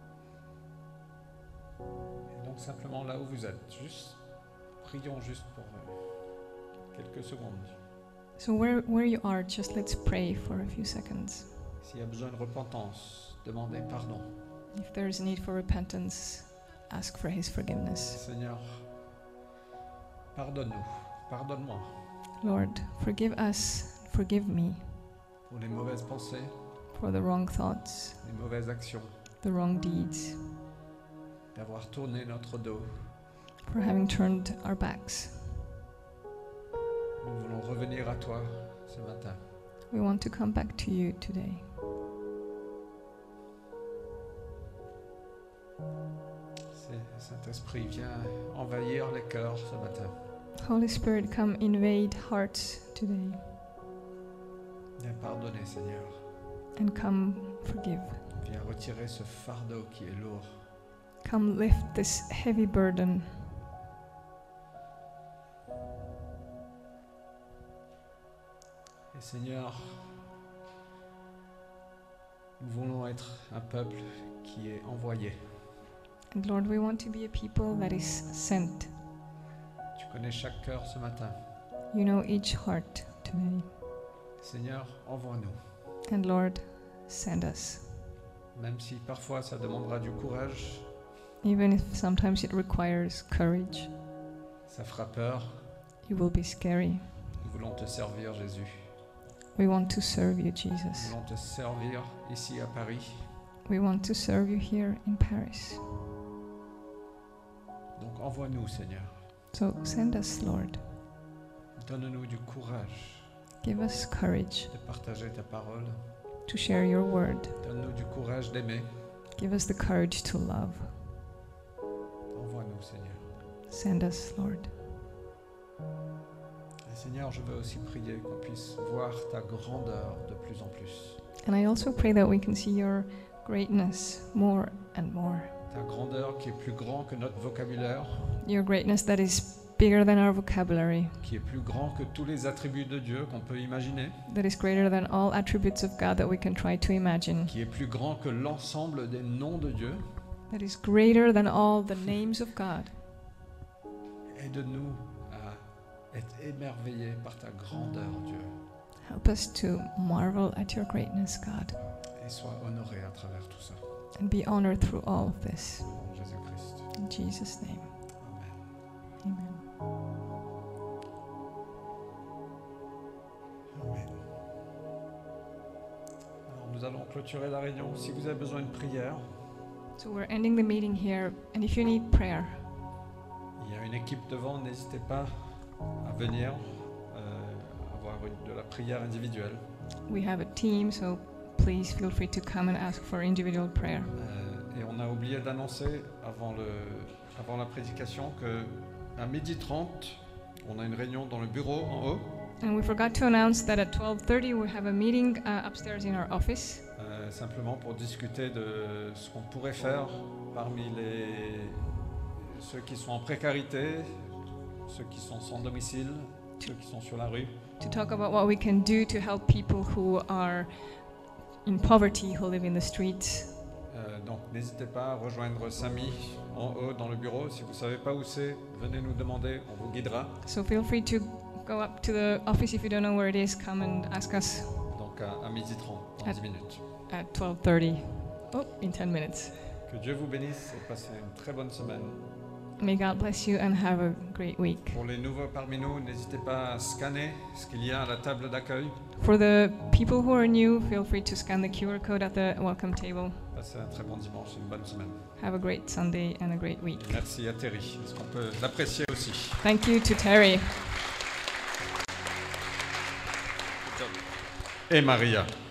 Et donc simplement là où vous êtes, juste prions juste pour euh, quelques secondes. So where, where you are, just let's pray for a few seconds. S'il y a besoin de repentance, demandez pardon. If there is a need for repentance, ask for His forgiveness. Seigneur, pardonne-nous, pardonne-moi Lord, forgive us, forgive me pour les mauvaises pensées, for the wrong thoughts, les mauvaises actions, the wrong deeds, d'avoir tourné notre dos. for having turned our backs. Nous voulons revenir à toi ce matin. We want to come back to you today. C'est Saint-Esprit, viens envahir les cœurs ce matin. Holy Spirit, come invade hearts today Viens pardonner, Seigneur. and come forgive. Viens retirer ce fardeau qui est lourd. Come lift this heavy burden. Et Seigneur, nous voulons être un peuple qui est envoyé. And Lord, we want to be a people that is sent. Tu connais chaque cœur ce matin. You know each heart today. Seigneur, envoie-nous. And Lord, send us. Même si parfois ça demandera du courage, Even if sometimes it requires courage, ça fera peur. it will be scary. Nous voulons te servir, Jésus. We want to serve you, Nous Jesus. voulons te servir ici à Paris. We want to serve you here in Paris. Donc envoie-nous, Seigneur. So send us, Lord. Donne-nous du courage Give us courage de partager ta parole. to share your word. Donne-nous du courage d'aimer. Give us the courage to love. Envoie-nous, Seigneur. Send us, Lord. Et Seigneur, je veux aussi prier qu'on puisse voir ta grandeur de plus en plus. And I also pray that we can see your greatness more and more. Ta grandeur qui est plus grand que notre vocabulaire, Your greatness that is bigger than our vocabulary, qui est plus grand que tous les attributs de Dieu qu'on peut imaginer, that is greater than all attributes of God that we can try to imagine, qui est plus grand que l'ensemble des noms de Dieu. that is greater than all the names of God. Aide-nous à être émerveillés par ta grandeur, Dieu, Help us to marvel at your greatness, God, et sois honoré à travers tout ça. and be honored through all of this. Au nom de Jésus-Christ. In Jesus' name, Amen. amen. Amen. Alors, nous allons clôturer la réunion. Si vous avez besoin de prière, So we're ending the meeting here, and if you need prayer, il y a une équipe devant, n'hésitez pas à venir euh, avoir une- de la prière individuelle. we have a team, so please feel free to come and ask for individual prayer. Euh, et on a oublié d'annoncer avant, le, avant la prédication que à midi trente, on a une réunion dans le bureau en haut. And we forgot to announce that at twelve thirty we have a meeting uh, upstairs in our office, Euh, simplement pour discuter de ce qu'on pourrait faire parmi les, ceux qui sont en précarité, ceux qui sont sans domicile, ceux qui sont sur la rue. to talk about what we can do to help people who are in poverty, who live in the streets. Euh, donc n'hésitez pas à rejoindre Samy en haut dans le bureau. Si vous ne savez pas où c'est, venez nous demander, on vous guidera. So feel free to go up to the office if you don't know where it is. Come and ask us Donc à, à midi trente, dans À- dix minutes. at twelve thirty. Oh, in ten minutes. Que Dieu vous bénisse et passez une très bonne semaine. May God bless you and have a great week. Pour les nouveaux parmi nous, n'hésitez pas à scanner ce qu'il y a à la table d'accueil. For the people who are new, feel free to scan the Q R code at the welcome table. Passez un très bon dimanche et une bonne semaine. Have a great Sunday and a great week. Et merci à Terry. Est-ce qu'on peut l'apprécier aussi? Thank you to Terry Et Maria.